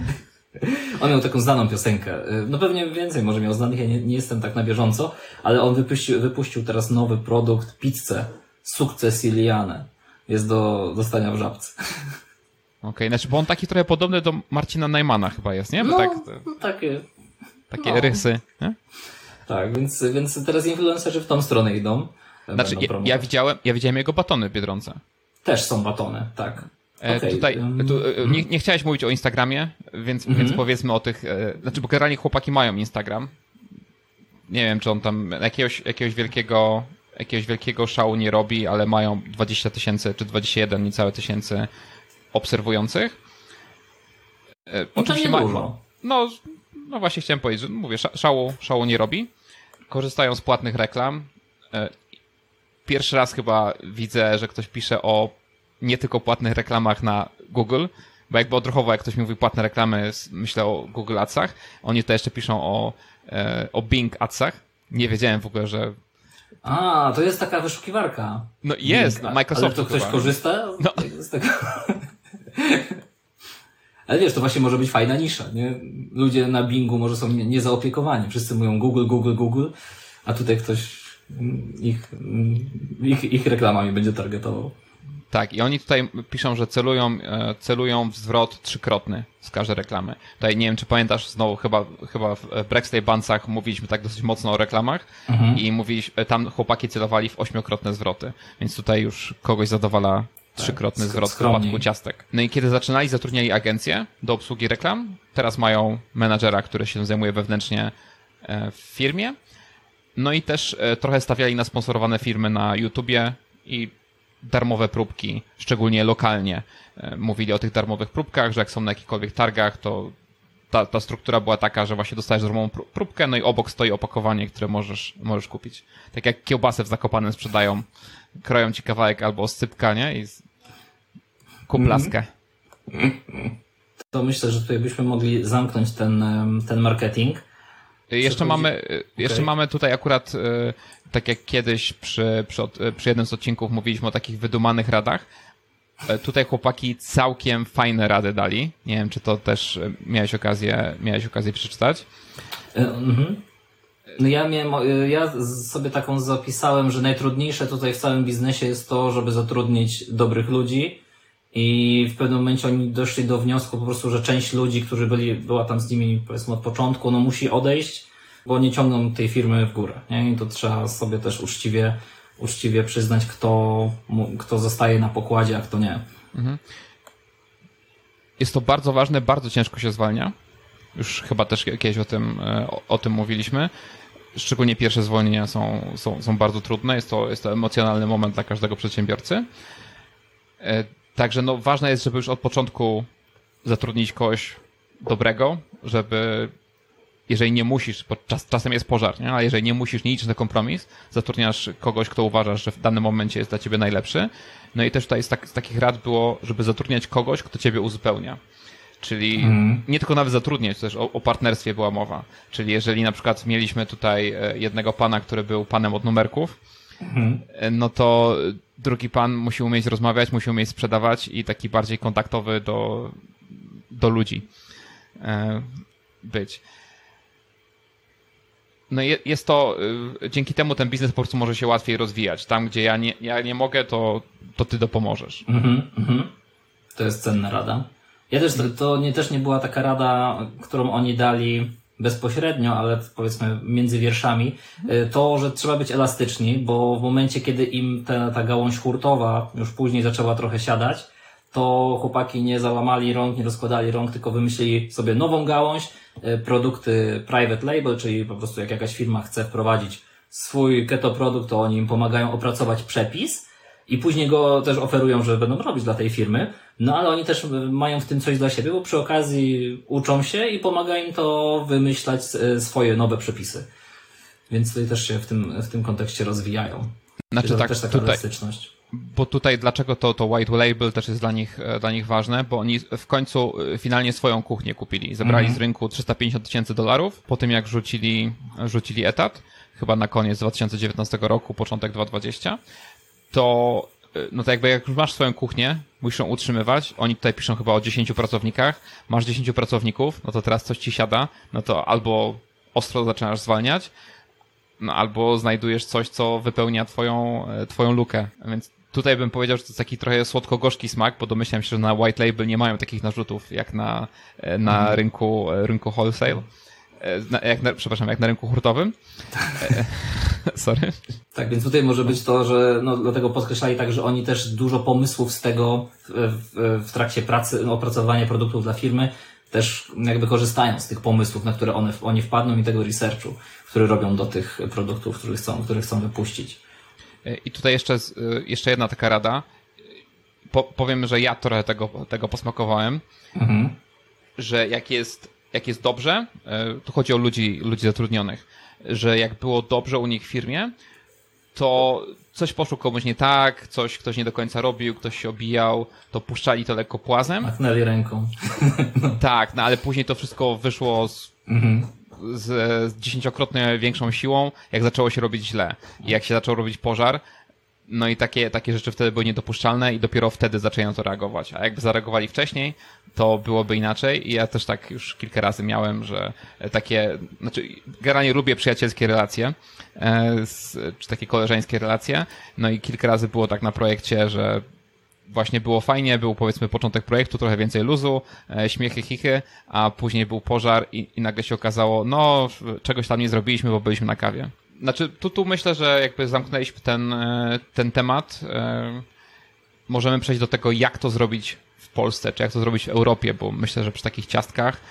On miał taką znaną piosenkę. No pewnie więcej może miał znanych, ja nie, nie jestem tak na bieżąco, ale on wypuścił, wypuścił teraz nowy produkt, pizzę Sukcesiliane. Jest do dostania w Żabce. Okej, okay, znaczy, bo on taki trochę podobny do Marcina Najmana chyba jest, nie? Bo no, tak, no takie... Takie no. rysy, nie? Tak, więc, więc teraz influencerzy w tą stronę idą. Znaczy, ja, ja, widziałem, ja widziałem jego batony w Biedronce. Też są batony, tak. E, okay. Tutaj, tu, nie, nie chciałeś mówić o Instagramie, więc, mm-hmm. więc powiedzmy o tych, e, znaczy, bo generalnie chłopaki mają Instagram. Nie wiem, czy on tam jakiegoś, jakiegoś wielkiego, jakiegoś wielkiego szału nie robi, ale mają dwadzieścia tysięcy, czy dwadzieścia jeden niecałe tysięcy obserwujących. E, no to nie dużo. No, no właśnie chciałem powiedzieć, że mówię, szału, szału nie robi. Korzystają z płatnych reklam. E, pierwszy raz chyba widzę, że ktoś pisze o nie tylko płatnych reklamach na Google, Bo jakby odruchowo, jak ktoś mi mówi płatne reklamy, myślę o Google Adsach. Oni tutaj jeszcze piszą o, o Bing Adsach. Nie wiedziałem w ogóle, że... A, to jest taka wyszukiwarka. No jest, Bing, Microsoft. Ale to ktoś chyba. korzysta No. z tego? Ale wiesz, to właśnie może być fajna nisza, nie? Ludzie na Bingu może są niezaopiekowani. Wszyscy mówią Google, Google, Google, a tutaj ktoś ich, ich, ich reklamami będzie targetował. Tak, i oni tutaj piszą, że celują, celują w zwrot trzykrotny z każdej reklamy. Tutaj nie wiem, czy pamiętasz, znowu chyba, chyba w Brexley Bansach mówiliśmy tak dosyć mocno o reklamach mhm. i mówiliśmy, tam chłopaki celowali w ośmiokrotne zwroty, więc tutaj już kogoś zadowala trzykrotny tak, zwrot w przypadku ciastek. No i kiedy zaczynali, zatrudniali agencję do obsługi reklam, teraz mają menadżera, który się zajmuje wewnętrznie w firmie, no i też trochę stawiali na sponsorowane firmy na YouTubie i darmowe próbki, szczególnie lokalnie. Mówili o tych darmowych próbkach, że jak są na jakichkolwiek targach, to ta, ta struktura była taka, że właśnie dostajesz darmową próbkę, no i obok stoi opakowanie, które możesz, możesz kupić. Tak jak kiełbasę w Zakopanem sprzedają, kroją ci kawałek albo oscypka, nie? I kup laskę. To myślę, że tutaj byśmy mogli zamknąć ten, ten marketing. Jeszcze mamy, jeszcze okay. mamy tutaj akurat, tak jak kiedyś przy, przy, przy jednym z odcinków mówiliśmy o takich wydumanych radach, tutaj chłopaki całkiem fajne rady dali. Nie wiem, czy to też miałeś okazję, miałeś okazję przeczytać. Mhm. No ja, miałem, ja sobie taką zapisałem, że najtrudniejsze tutaj w całym biznesie jest to, żeby zatrudnić dobrych ludzi i w pewnym momencie oni doszli do wniosku po prostu, że część ludzi, którzy byli, była tam z nimi powiedzmy od początku, no musi odejść, bo nie ciągną tej firmy w górę, nie? I to trzeba sobie też uczciwie, uczciwie przyznać, kto, kto zostaje na pokładzie, a kto nie. Mhm. Jest to bardzo ważne, bardzo ciężko się zwalnia. Już chyba też kiedyś o tym, o, o tym mówiliśmy. Szczególnie pierwsze zwolnienia są, są, są bardzo trudne. Jest to, jest to emocjonalny moment dla każdego przedsiębiorcy. Także no, ważne jest, żeby już od początku zatrudnić kogoś dobrego, żeby jeżeli nie musisz, bo czas, czasem jest pożar, nie? Ale jeżeli nie musisz, nie liczysz na kompromis, zatrudniasz kogoś, kto uważasz, że w danym momencie jest dla ciebie najlepszy. No i też tutaj z, tak, z takich rad było, żeby zatrudniać kogoś, kto ciebie uzupełnia. Czyli mm. nie tylko nawet zatrudniać, też o, o partnerstwie była mowa. Czyli jeżeli na przykład mieliśmy tutaj jednego pana, który był panem od numerków, mm. no to drugi pan musi umieć rozmawiać, musi umieć sprzedawać i taki bardziej kontaktowy do, do ludzi być. No jest to, dzięki temu ten biznes po prostu może się łatwiej rozwijać. Tam, gdzie ja nie, ja nie mogę, to, to ty dopomożesz. Mm-hmm, mm-hmm. To jest cenna rada. Ja też, to nie, też nie była taka rada, którą oni dali bezpośrednio, ale powiedzmy między wierszami, to, że trzeba być elastyczni, bo w momencie, kiedy im ta, ta gałąź hurtowa już później zaczęła trochę siadać, to chłopaki nie załamali rąk, nie rozkładali rąk, tylko wymyślili sobie nową gałąź, produkty private label, czyli po prostu jak jakaś firma chce wprowadzić swój keto produkt, to oni im pomagają opracować przepis i później go też oferują, że będą robić dla tej firmy, no ale oni też mają w tym coś dla siebie, bo przy okazji uczą się i pomaga im to wymyślać swoje nowe przepisy. Więc tutaj też się w tym, w tym kontekście rozwijają. Znaczy tak, też taka tutaj, elastyczność. Bo tutaj dlaczego to, to white label też jest dla nich, dla nich ważne, bo oni w końcu finalnie swoją kuchnię kupili. Zebrali mm. z rynku trzysta pięćdziesiąt tysięcy dolarów po tym, jak rzucili, rzucili etat, chyba na koniec dwa tysiące dziewiętnastego roku, początek dwa tysiące dwudziestego, to no to jakby jak już masz swoją kuchnię, musisz ją utrzymywać, oni tutaj piszą chyba o dziesięciu pracownikach, masz dziesięciu pracowników, no to teraz coś ci siada, no to albo ostro zaczynasz zwalniać, no albo znajdujesz coś, co wypełnia twoją, twoją lukę, więc tutaj bym powiedział, że to jest taki trochę słodko-gorzki smak, bo domyślam się, że na white label nie mają takich narzutów jak na, na mm. rynku, rynku wholesale. Na, jak na, przepraszam, jak na rynku hurtowym. Sorry. Tak, więc tutaj może być to, że no, dlatego podkreślali tak, że oni też dużo pomysłów z tego w, w, w trakcie pracy, no, opracowania produktów dla firmy też jakby korzystają z tych pomysłów, na które one, oni wpadną i tego researchu, który robią do tych produktów, które chcą, które chcą wypuścić. I tutaj jeszcze, jeszcze jedna taka rada. Po, powiem, że ja trochę tego, tego posmakowałem, mhm. że jak jest, jak jest dobrze, tu chodzi o ludzi, ludzi zatrudnionych, że jak było dobrze u nich w firmie, to coś poszło komuś nie tak, coś ktoś nie do końca robił, ktoś się obijał, to puszczali to lekko płazem. Machnęli ręką. No. Tak, no ale później to wszystko wyszło z, mhm. z, z dziesięciokrotnie większą siłą, jak zaczęło się robić źle. I jak się zaczął robić pożar, no i takie, takie rzeczy wtedy były niedopuszczalne i dopiero wtedy zaczęli na to reagować. A jakby zareagowali wcześniej, to byłoby inaczej i ja też tak już kilka razy miałem, że takie, znaczy generalnie lubię przyjacielskie relacje, czy takie koleżeńskie relacje, no i kilka razy było tak na projekcie, że właśnie było fajnie, był powiedzmy początek projektu, trochę więcej luzu, śmiechy, chichy, a później był pożar i, i nagle się okazało, no czegoś tam nie zrobiliśmy, bo byliśmy na kawie. Znaczy, tu, tu myślę, że jakby zamknęliśmy ten, ten temat. Możemy przejść do tego, jak to zrobić w Polsce, czy jak to zrobić w Europie, bo myślę, że przy takich ciastkach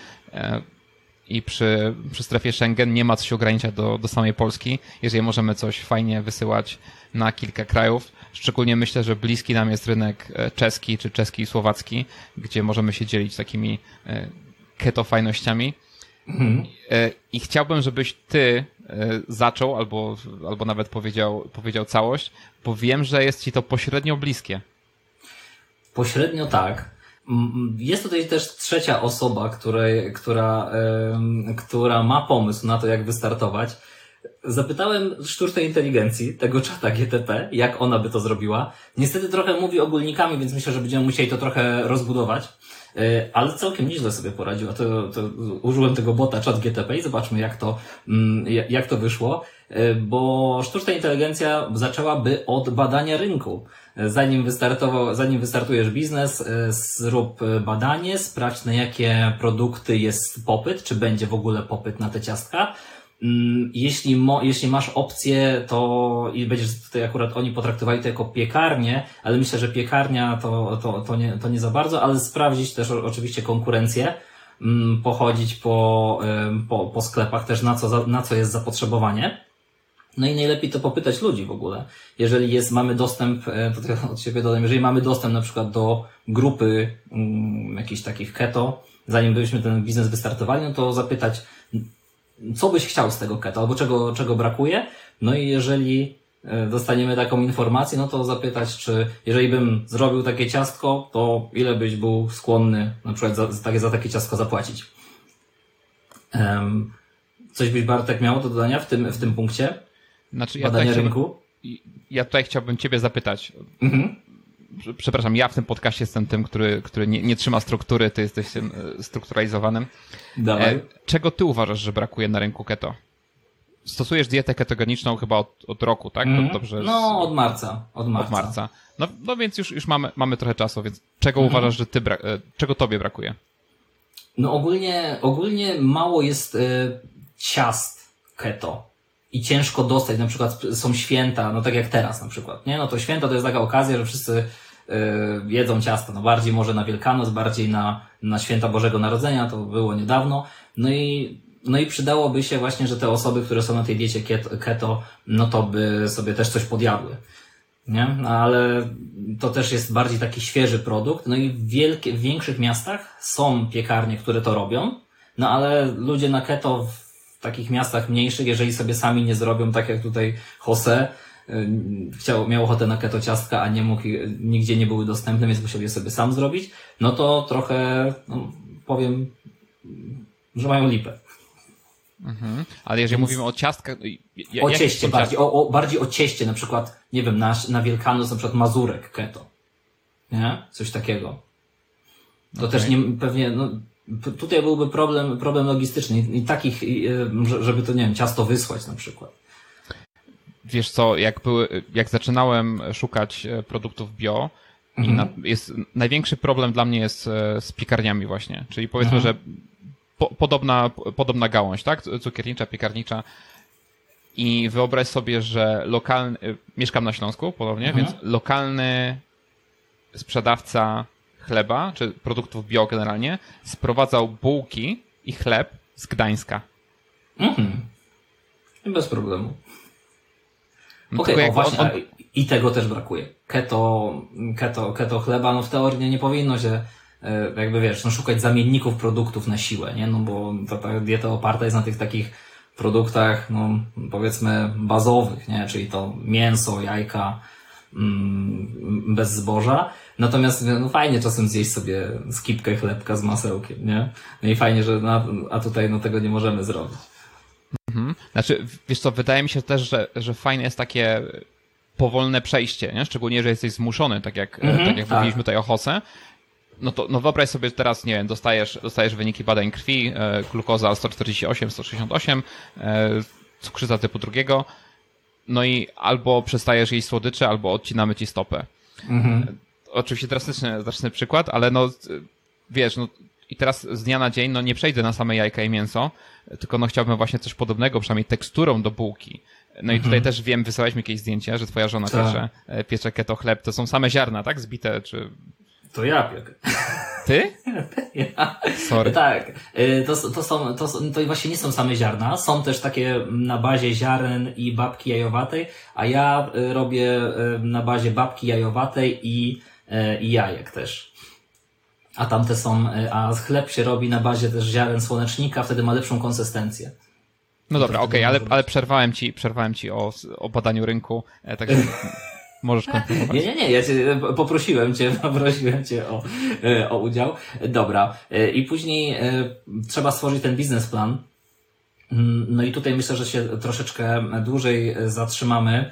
i przy, przy strefie Schengen nie ma co się ograniczać do, do samej Polski, jeżeli możemy coś fajnie wysyłać na kilka krajów. Szczególnie myślę, że bliski nam jest rynek czeski, czy czeski i słowacki, gdzie możemy się dzielić takimi keto fajnościami. Mhm. I chciałbym, żebyś ty zaczął, albo, albo nawet powiedział, powiedział całość, bo wiem, że jest ci to pośrednio bliskie. Pośrednio tak. Jest tutaj też trzecia osoba, której, która, która ma pomysł na to, jak wystartować. Zapytałem sztucznej inteligencji, tego czata G T P, jak ona by to zrobiła. Niestety trochę mówi ogólnikami, więc myślę, że będziemy musieli to trochę rozbudować. Ale całkiem nieźle sobie poradziła. To, to użyłem tego bota Chat G T P i zobaczmy, jak to, jak to wyszło. Bo sztuczna inteligencja zaczęłaby od badania rynku. Zanim wystartował, zanim wystartujesz biznes, zrób badanie, sprawdź, na jakie produkty jest popyt, czy będzie w ogóle popyt na te ciastka. Jeśli, mo, jeśli masz opcję, to i będziesz tutaj akurat oni potraktowali to jako piekarnię, ale myślę, że piekarnia to, to, to, nie, to nie za bardzo, ale sprawdzić też oczywiście konkurencję, pochodzić po, po, po sklepach też na co, na co jest zapotrzebowanie. No i najlepiej to popytać ludzi w ogóle. Jeżeli jest, mamy dostęp, to od siebie dodam, jeżeli mamy dostęp na przykład do grupy um, jakichś takich keto, zanim byśmy ten biznes wystartowali, no to zapytać, co byś chciał z tego keto, albo czego, czego brakuje. No i jeżeli dostaniemy taką informację, no to zapytać, czy jeżeli bym zrobił takie ciastko, to ile byś był skłonny na przykład za, za, takie, za takie ciastko zapłacić. Um, coś byś, Bartek, miał do dodania w tym, w tym punkcie? Znaczy, badania ja rynku? Ja tutaj chciałbym ciebie zapytać. Mhm. Przepraszam, ja w tym podcaście jestem tym, który, który nie, nie trzyma struktury, ty jesteś tym strukturalizowanym. Dawaj. Czego ty uważasz, że brakuje na rynku keto? Stosujesz dietę ketogeniczną chyba od, od roku, tak? Mm. Dobrze, no, od marca. Od marca. Od marca. No, no więc już, już mamy, mamy trochę czasu, więc czego mm. uważasz, że ty bra- czego tobie brakuje? No ogólnie, ogólnie mało jest y, ciast keto. I ciężko dostać, na przykład są święta, no tak jak teraz na przykład, nie? No to święta to jest taka okazja, że wszyscy yy, jedzą ciasto, no bardziej może na Wielkanoc, bardziej na, na święta Bożego Narodzenia, to było niedawno, no i, no i przydałoby się właśnie, że te osoby, które są na tej diecie keto, no to by sobie też coś podjadły, nie? No ale to też jest bardziej taki świeży produkt, no i w, wielkie, w większych miastach są piekarnie, które to robią, no ale ludzie na keto w w takich miastach mniejszych, jeżeli sobie sami nie zrobią, tak jak tutaj Jose chciał, miał ochotę na keto ciastka, a nie mógł, nigdzie nie były dostępne, więc musiał je sobie sam zrobić, no to trochę, no, powiem, że mają lipę. Mhm. Ale jeżeli więc mówimy o ciastkach... Ja, o cieście bardziej, o, o, bardziej o cieście, na przykład, nie wiem, na, na Wielkanoc, na przykład mazurek keto. Nie? Coś takiego. To okay. też nie, pewnie, no, tutaj byłby problem, problem logistyczny i, i takich, i, żeby to, nie wiem, ciasto wysłać na przykład. Wiesz co, jak, były, jak zaczynałem szukać produktów bio, mhm. i na, jest, największy problem dla mnie jest z piekarniami właśnie, czyli powiedzmy, mhm. że po, podobna, podobna gałąź, tak? Cukiernicza, piekarnicza i wyobraź sobie, że lokalny, mieszkam na Śląsku ponownie, mhm. więc lokalny sprzedawca chleba, czy produktów bio generalnie, sprowadzał bułki i chleb z Gdańska. Mhm. Bez problemu. No Okej, okay, właśnie, on... i tego też brakuje. Keto, keto, keto chleba, no w teorii nie powinno się, jakby wiesz, no szukać zamienników produktów na siłę, nie? No bo to ta dieta oparta jest na tych takich produktach, no powiedzmy bazowych, nie? Czyli to mięso, jajka, mm, bez zboża. Natomiast no fajnie czasem zjeść sobie skipkę chlebka z masełkiem, nie? No i fajnie, że na, a tutaj no tego nie możemy zrobić. Mhm. Znaczy, wiesz co, wydaje mi się też, że, że fajne jest takie powolne przejście, nie? Szczególnie, że jesteś zmuszony, tak jak, mhm, tak jak tak. mówiliśmy tutaj o Hosę. No to no wyobraź sobie teraz, nie wiem, dostajesz, dostajesz wyniki badań krwi, e, glukoza sto czterdzieści osiem, sto sześćdziesiąt osiem, e, cukrzyca typu drugiego, no i albo przestajesz jeść słodycze, albo odcinamy ci stopę. Mhm. E, oczywiście drastyczny, drastyczny przykład, ale no wiesz, no i teraz z dnia na dzień no nie przejdę na same jajka i mięso, tylko no chciałbym właśnie coś podobnego, przynajmniej teksturą do bułki. No i mhm. tutaj też wiem, wysyłałeś mi jakieś zdjęcie, że twoja żona tak. piecze, piecze keto chleb, to są same ziarna, tak? Zbite, czy... To ja piekę. Ty? Ja. Sorry. Tak. To, to, są, to, to właśnie nie są same ziarna. Są też takie na bazie ziaren i babki jajowatej, a ja robię na bazie babki jajowatej i, i jajek też. A tamte są, a chleb się robi na bazie też ziaren słonecznika, wtedy ma lepszą konsystencję. No dobra, okej, okay, ale, ale przerwałem ci, przerwałem ci o, o badaniu rynku, także możesz kontynuować. Nie, nie, nie, ja cię poprosiłem cię, poprosiłem cię o, o udział. Dobra. I później trzeba stworzyć ten biznesplan. No i tutaj myślę, że się troszeczkę dłużej zatrzymamy.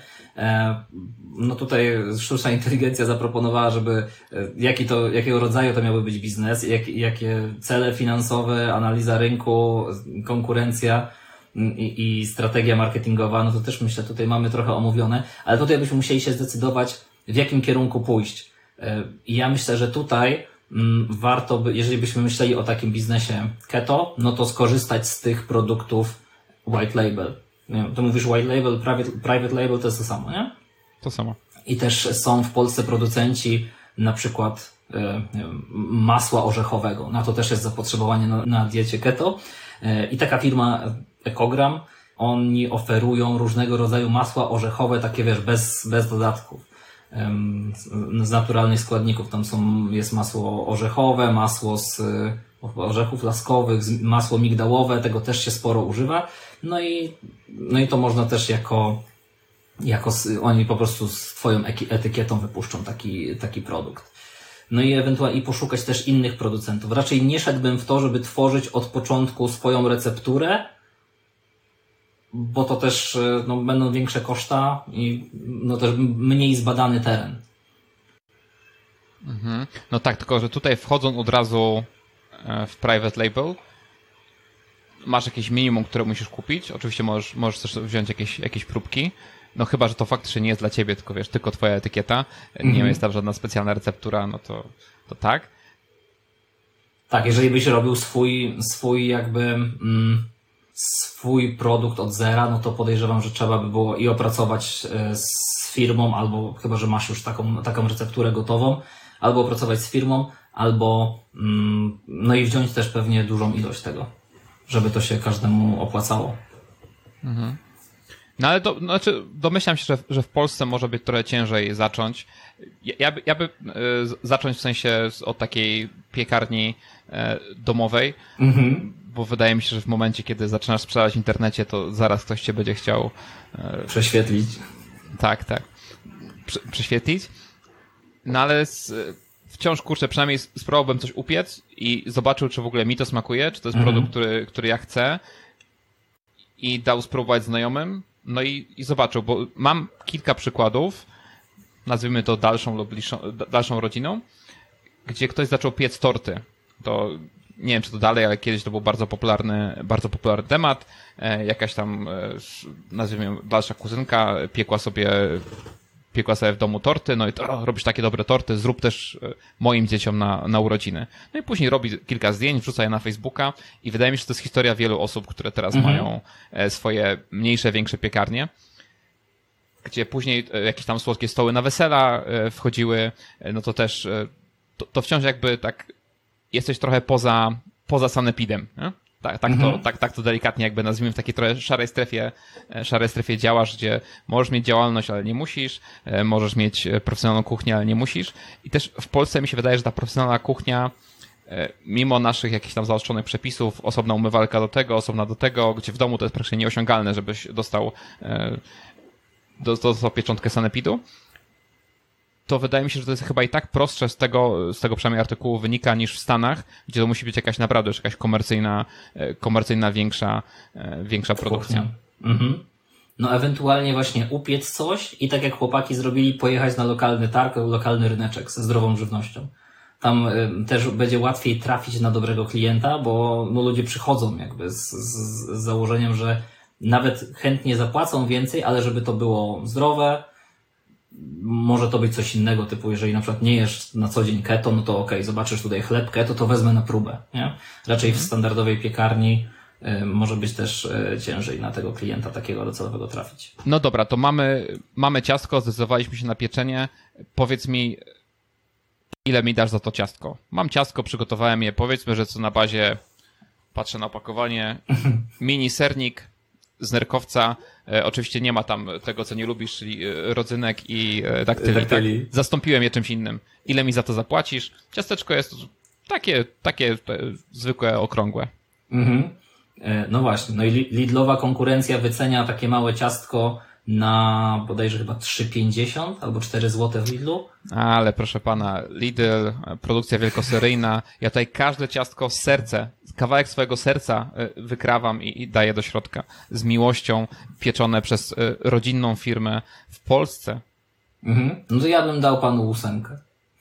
No tutaj sztuczna inteligencja zaproponowała, żeby jaki to, jakiego rodzaju to miałby być biznes, jak, jakie cele finansowe, analiza rynku, konkurencja i, i strategia marketingowa, no to też myślę, tutaj mamy trochę omówione, ale tutaj byśmy musieli się zdecydować, w jakim kierunku pójść. I ja myślę, że tutaj warto by, jeżeli byśmy myśleli o takim biznesie keto, no to skorzystać z tych produktów white label. Nie wiem, to mówisz white label, private, private label to jest to samo, nie? To samo. I też są w Polsce producenci na przykład nie wiem, masła orzechowego. Na to też jest zapotrzebowanie na, na diecie keto. I taka firma Ekogram, oni oferują różnego rodzaju masła orzechowe, takie wiesz, bez, bez dodatków. Z naturalnych składników. Tam są, jest masło orzechowe, masło z orzechów laskowych, masło migdałowe, tego też się sporo używa. No i, no i to można też jako, jako oni po prostu z twoją etykietą wypuszczą taki, taki produkt. No i ewentualnie i poszukać też innych producentów. Raczej nie szedłbym w to, żeby tworzyć od początku swoją recepturę, bo to też no, będą większe koszta i no, też mniej zbadany teren. Mhm. No tak, tylko że tutaj wchodząc od razu w private label, masz jakieś minimum, które musisz kupić. Oczywiście możesz, możesz też wziąć jakieś, jakieś próbki. No chyba, że to faktycznie nie jest dla ciebie, tylko wiesz, tylko twoja etykieta. Nie mm-hmm. jest tam żadna specjalna receptura, no to, to tak. Tak, jeżeli byś robił swój, swój jakby mm, swój produkt od zera, no to podejrzewam, że trzeba by było i opracować z firmą, albo chyba, że masz już taką, taką recepturę gotową, albo opracować z firmą, albo mm, no i wziąć też pewnie dużą ilość tego, żeby to się każdemu opłacało. Mhm. No ale do, znaczy domyślam się, że, że w Polsce może być trochę ciężej zacząć. Ja, ja by, ja by y, zacząć w sensie od takiej piekarni y, domowej, mhm. bo wydaje mi się, że w momencie, kiedy zaczynasz sprzedawać w internecie, to zaraz ktoś cię będzie chciał y, prześwietlić. Tak, tak. Prze, prześwietlić. No ale z, wciąż kurczę, przynajmniej spróbowałbym coś upiec i zobaczył, czy w ogóle mi to smakuje, czy to jest mhm. produkt, który, który ja chcę, i dał spróbować znajomym. No i, i zobaczył, bo mam kilka przykładów, nazwijmy to dalszą lub bliższą, dalszą rodziną, gdzie ktoś zaczął piec torty. To nie wiem, czy to dalej, ale kiedyś to był bardzo popularny, bardzo popularny temat. E, jakaś tam, e, nazwijmy dalsza kuzynka piekła sobie, piekła sobie w domu torty, no i to, o, robisz takie dobre torty, zrób też moim dzieciom na, na urodziny. No i później robi kilka zdjęć, wrzuca je na Facebooka i wydaje mi się, że to jest historia wielu osób, które teraz mhm. mają swoje mniejsze, większe piekarnie, gdzie później jakieś tam słodkie stoły na wesela wchodziły, no to też to, to wciąż jakby tak jesteś trochę poza, poza sanepidem, nie? Tak, tak, mhm. to, tak, tak to delikatnie jakby nazwijmy w takiej trochę szarej strefie, szarej strefie działasz, gdzie możesz mieć działalność, ale nie musisz, możesz mieć profesjonalną kuchnię, ale nie musisz. I też w Polsce mi się wydaje, że ta profesjonalna kuchnia mimo naszych jakichś tam zaostrzonych przepisów, osobna umywalka do tego, osobna do tego, gdzie w domu to jest praktycznie nieosiągalne, żebyś dostał, dostał pieczątkę sanepidu, to wydaje mi się, że to jest chyba i tak prostsze z tego, z tego przynajmniej artykułu wynika niż w Stanach, gdzie to musi być jakaś naprawdę już jakaś komercyjna, komercyjna większa, większa produkcja. Mhm. No ewentualnie właśnie upiec coś i tak jak chłopaki zrobili, pojechać na lokalny targ, lokalny ryneczek ze zdrową żywnością. Tam y, też będzie łatwiej trafić na dobrego klienta, bo no, ludzie przychodzą jakby z, z, z założeniem, że nawet chętnie zapłacą więcej, ale żeby to było zdrowe, może to być coś innego, typu jeżeli na przykład nie jesz na co dzień keto, no to okej, okay, zobaczysz tutaj chleb keto, to wezmę na próbę, nie? Raczej w standardowej piekarni y, może być też y, ciężej na tego klienta takiego docelowego trafić. No dobra, to mamy, mamy ciastko, zdecydowaliśmy się na pieczenie. Powiedz mi, ile mi dasz za to ciastko? Mam ciastko, przygotowałem je, powiedzmy, że co na bazie, patrzę na opakowanie, mini sernik z nerkowca. E, oczywiście nie ma tam tego, co nie lubisz, czyli rodzynek i e, daktyli. daktyli. Tak? Zastąpiłem je czymś innym. Ile mi za to zapłacisz? Ciasteczko jest takie, takie te, zwykłe, okrągłe. Mhm. E, no właśnie. No i Lidlowa konkurencja wycenia takie małe ciastko na bodajże chyba trzy pięćdziesiąt albo cztery złote w Lidlu. Ale proszę pana, Lidl, produkcja wielkoseryjna. Ja tutaj każde ciastko, serce, kawałek swojego serca wykrawam i, i daję do środka. Z miłością, pieczone przez rodzinną firmę w Polsce. Mhm. No to ja bym dał panu ósemkę.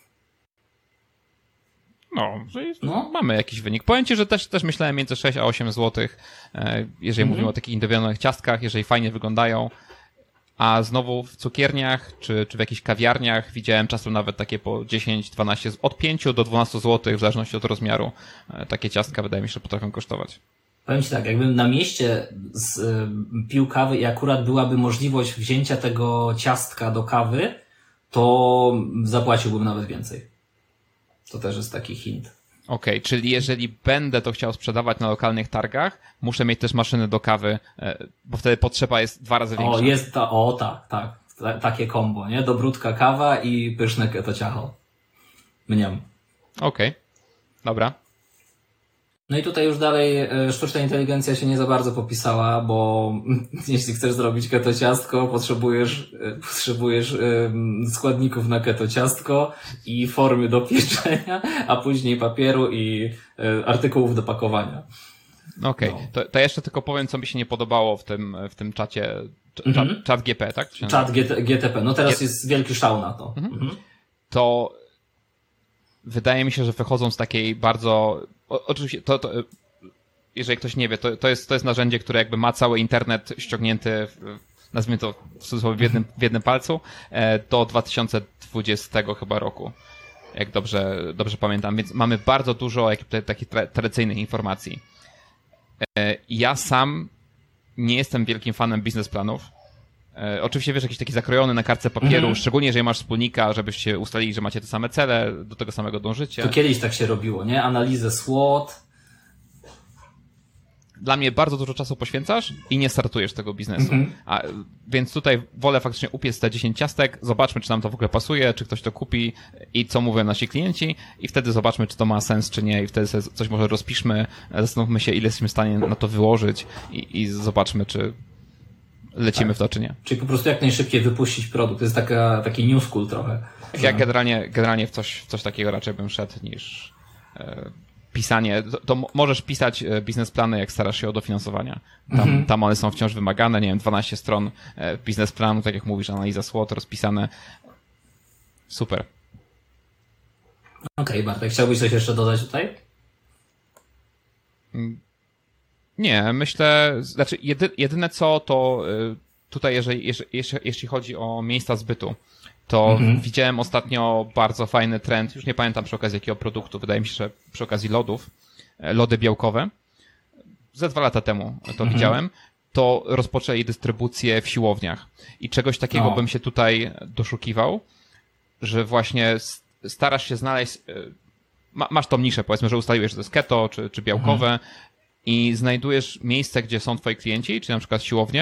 No, no, mamy jakiś wynik. Powiem ci, że też, też myślałem między sześć a osiem złotych, jeżeli mhm. mówimy o takich indywidualnych ciastkach, jeżeli fajnie wyglądają. A znowu w cukierniach, czy, czy w jakichś kawiarniach widziałem czasem nawet takie po dziesięć dwanaście, od pięciu do dwunastu złotych, w zależności od rozmiaru. Takie ciastka wydaje mi się, że potrafią kosztować. Powiem ci tak, jakbym na mieście z, y, pił kawy i akurat byłaby możliwość wzięcia tego ciastka do kawy, to zapłaciłbym nawet więcej. To też jest taki hint. Okej, okay, czyli jeżeli będę to chciał sprzedawać na lokalnych targach, muszę mieć też maszyny do kawy, bo wtedy potrzeba jest dwa razy większa. O, jest ta, o tak, tak. T- takie kombo, nie? Dobródka kawa i pyszne keto ciacho. Mniam. Okej, okay. Dobra. No i tutaj już dalej sztuczna inteligencja się nie za bardzo popisała, bo jeśli chcesz zrobić keto ciastko, potrzebujesz, potrzebujesz składników na keto ciastko i formy do pieczenia, a później papieru i artykułów do pakowania. Okej, okay. no. to, to jeszcze tylko powiem, co mi się nie podobało w tym, w tym czacie, czat, mhm. czat G P, tak? Czat G T P, no teraz G... jest wielki szał na to. Mhm. Mhm. To wydaje mi się, że wychodzą z takiej bardzo... O, oczywiście, to, to, jeżeli ktoś nie wie, to, to, jest, to jest narzędzie, które jakby ma cały internet ściągnięty, w, nazwijmy to w cudzysłowie w jednym, w jednym palcu, do dwa tysiące dwudziestego chyba roku, jak dobrze, dobrze pamiętam. Więc mamy bardzo dużo takich tra- tradycyjnych informacji. Ja sam nie jestem wielkim fanem biznesplanów. E, oczywiście wiesz, jakiś taki zakrojony na kartce papieru, mhm. szczególnie jeżeli masz wspólnika, żebyście ustalili, że macie te same cele, do tego samego dążycie. To kiedyś tak się robiło, nie? Analizę SWOT. Dla mnie bardzo dużo czasu poświęcasz i nie startujesz tego biznesu. Mhm. A, więc tutaj wolę faktycznie upiec te dziesięć ciastek, zobaczmy, czy nam to w ogóle pasuje, czy ktoś to kupi i co mówią nasi klienci i wtedy zobaczmy, czy to ma sens, czy nie i wtedy sobie coś może rozpiszmy, zastanówmy się, ile jesteśmy w stanie na to wyłożyć i, i zobaczmy, czy lecimy tak. w to, czy nie. Czyli po prostu jak najszybciej wypuścić produkt. To jest taka, taki new school trochę. Ja generalnie, generalnie w coś, w coś takiego raczej bym szedł niż e, pisanie. To, to możesz pisać biznesplany, jak starasz się o dofinansowania. Tam, mhm. tam one są wciąż wymagane. Nie wiem, dwanaście stron e, biznesplanu, tak jak mówisz, analiza SWOT rozpisane. Super. Okej, okay, Bartek, chciałbyś coś jeszcze dodać tutaj? Nie, myślę, znaczy jedy, jedyne co to tutaj, jeżeli, jeżeli, jeśli chodzi o miejsca zbytu, to mhm. widziałem ostatnio bardzo fajny trend, już nie pamiętam przy okazji jakiego produktu, wydaje mi się, że przy okazji lodów, lody białkowe, ze dwa lata temu to mhm. widziałem, to rozpoczęli dystrybucję w siłowniach i czegoś takiego o. bym się tutaj doszukiwał, że właśnie starasz się znaleźć, masz tą niszę, powiedzmy, że ustaliłeś, że to jest keto, czy, czy białkowe, mhm. i znajdujesz miejsce, gdzie są twoi klienci, czy na przykład siłownie,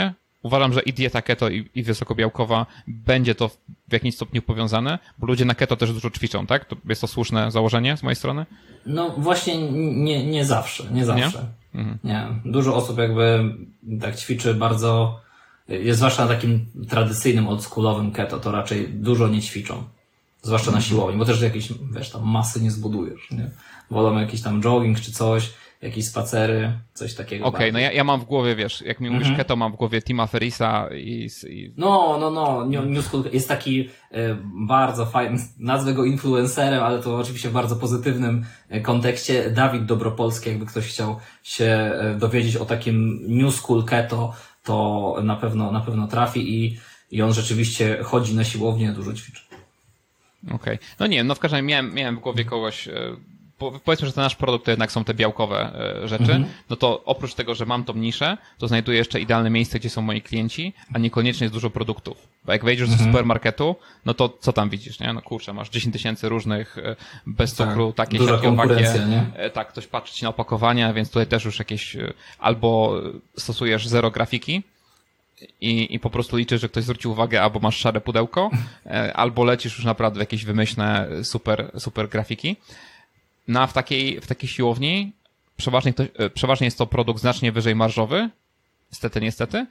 uważam, że i dieta keto, i, i wysokobiałkowa będzie to w jakimś stopniu powiązane, bo ludzie na keto też dużo ćwiczą, tak? To jest to słuszne założenie z mojej strony? No właśnie nie, nie zawsze, nie zawsze. Nie? Mhm. Nie. Dużo osób jakby tak ćwiczy bardzo, jest zwłaszcza na takim tradycyjnym, oldschoolowym keto, to raczej dużo nie ćwiczą. Zwłaszcza na siłowni, bo też jakieś, wiesz, tam masy nie zbudujesz, nie? Wolą jakiś tam jogging czy coś, jakieś spacery, coś takiego. Okej, okay, no ja, ja mam w głowie, wiesz, jak mi mówisz Mhm. keto, mam w głowie Tima Ferrisa i... i... No, no, no, New School jest taki y, bardzo fajny, nazwę go influencerem, ale to oczywiście w bardzo pozytywnym y, kontekście. Dawid Dobropolski, jakby ktoś chciał się y, dowiedzieć o takim New School Keto, to na pewno, na pewno trafi i, i on rzeczywiście chodzi na siłownię, dużo ćwiczy. Okej, okay. No nie wiem, no w każdym razie miałem, miałem w głowie kogoś... Y... Powiedzmy, że ten nasz produkt to jednak są te białkowe rzeczy, mhm. no to oprócz tego, że mam tą niszę, to znajduję jeszcze idealne miejsce, gdzie są moi klienci, a niekoniecznie jest dużo produktów. Bo jak wejdziesz mhm. do supermarketu, no to co tam widzisz, nie? No kurczę, masz dziesięć tysięcy różnych bez cukru, tak, takie, duża siatkie, konkurencja, nie? Tak, ktoś patrzy ci na opakowania, więc tutaj też już jakieś, albo stosujesz zero grafiki, I, i po prostu liczysz, że ktoś zwrócił uwagę, albo masz szare pudełko, albo lecisz już naprawdę w jakieś wymyślne super, super grafiki. No a w takiej, w takiej siłowni przeważnie, to, przeważnie jest to produkt znacznie wyżej marżowy, niestety, niestety,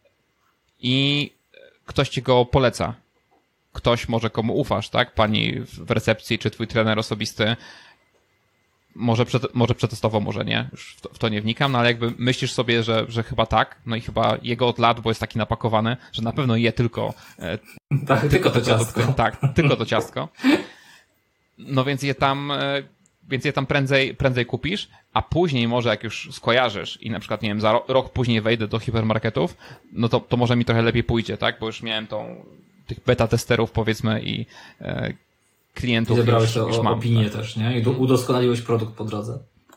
i ktoś ci go poleca. Ktoś może komu ufasz, tak? Pani w recepcji, czy twój trener osobisty może, przet, może przetestował, może nie, już w to, w to nie wnikam, no ale jakby myślisz sobie, że, że chyba tak, no i chyba jego od lat, bo jest taki napakowany, że na pewno je tylko e, tak, tylko to ciastko. To, tak, tylko to ciastko. No więc je tam... E, Więc je tam prędzej, prędzej kupisz, a później może jak już skojarzysz i na przykład, nie wiem, za rok później wejdę do hipermarketów, no to, to może mi trochę lepiej pójdzie, tak? Bo już miałem tą, tych beta testerów, powiedzmy, i e, klientów. I zebrałeś już, to już o, mam, opinię tak. też, nie? I udoskonaliłeś produkt po drodze.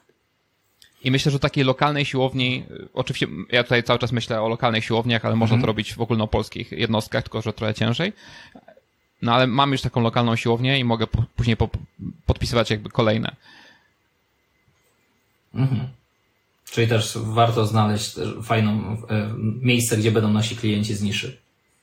I myślę, że takiej lokalnej siłowni, oczywiście ja tutaj cały czas myślę o lokalnych siłowniach, ale można mhm. to robić w ogólnopolskich jednostkach, tylko że trochę ciężej. No ale mam już taką lokalną siłownię i mogę po, później po, podpisywać jakby kolejne. Mhm. Czyli też warto znaleźć fajną e, miejsce, gdzie będą nasi klienci z niszy.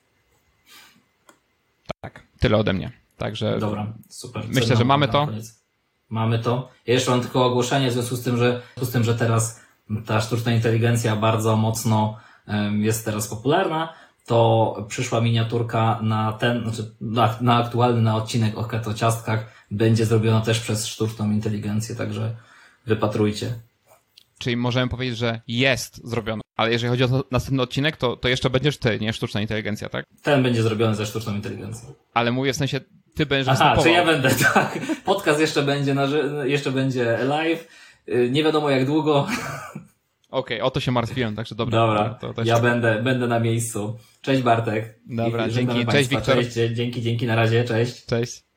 Tak, tyle ode mnie. Także dobra, super. Myślę, Cenna że mamy to. koniec. Mamy to. Ja jeszcze mam tylko ogłoszenie w związku z tym, że, z tym, że teraz ta sztuczna inteligencja bardzo mocno e, jest teraz popularna. To przyszła miniaturka na ten, znaczy na, na aktualny na odcinek o keto ciastkach będzie zrobiona też przez sztuczną inteligencję, także wypatrujcie. Czyli możemy powiedzieć, że jest zrobione, ale jeżeli chodzi o następny odcinek, to, to jeszcze będziesz ty, nie sztuczna inteligencja, tak? Ten będzie zrobiony ze sztuczną inteligencją. Ale mówię w sensie, ty będziesz Aha, występował. czy ja będę, tak. Podcast jeszcze będzie, na, jeszcze będzie live. Nie wiadomo jak długo. Okej, okay, o to się martwiłem, także dobra. Dobra, to, to ja będę, będę na miejscu. Cześć Bartek. Dobra, I dzięki, cześć Państwa. Wiktor. Cześć, dzięki, dzięki, na razie, cześć. Cześć.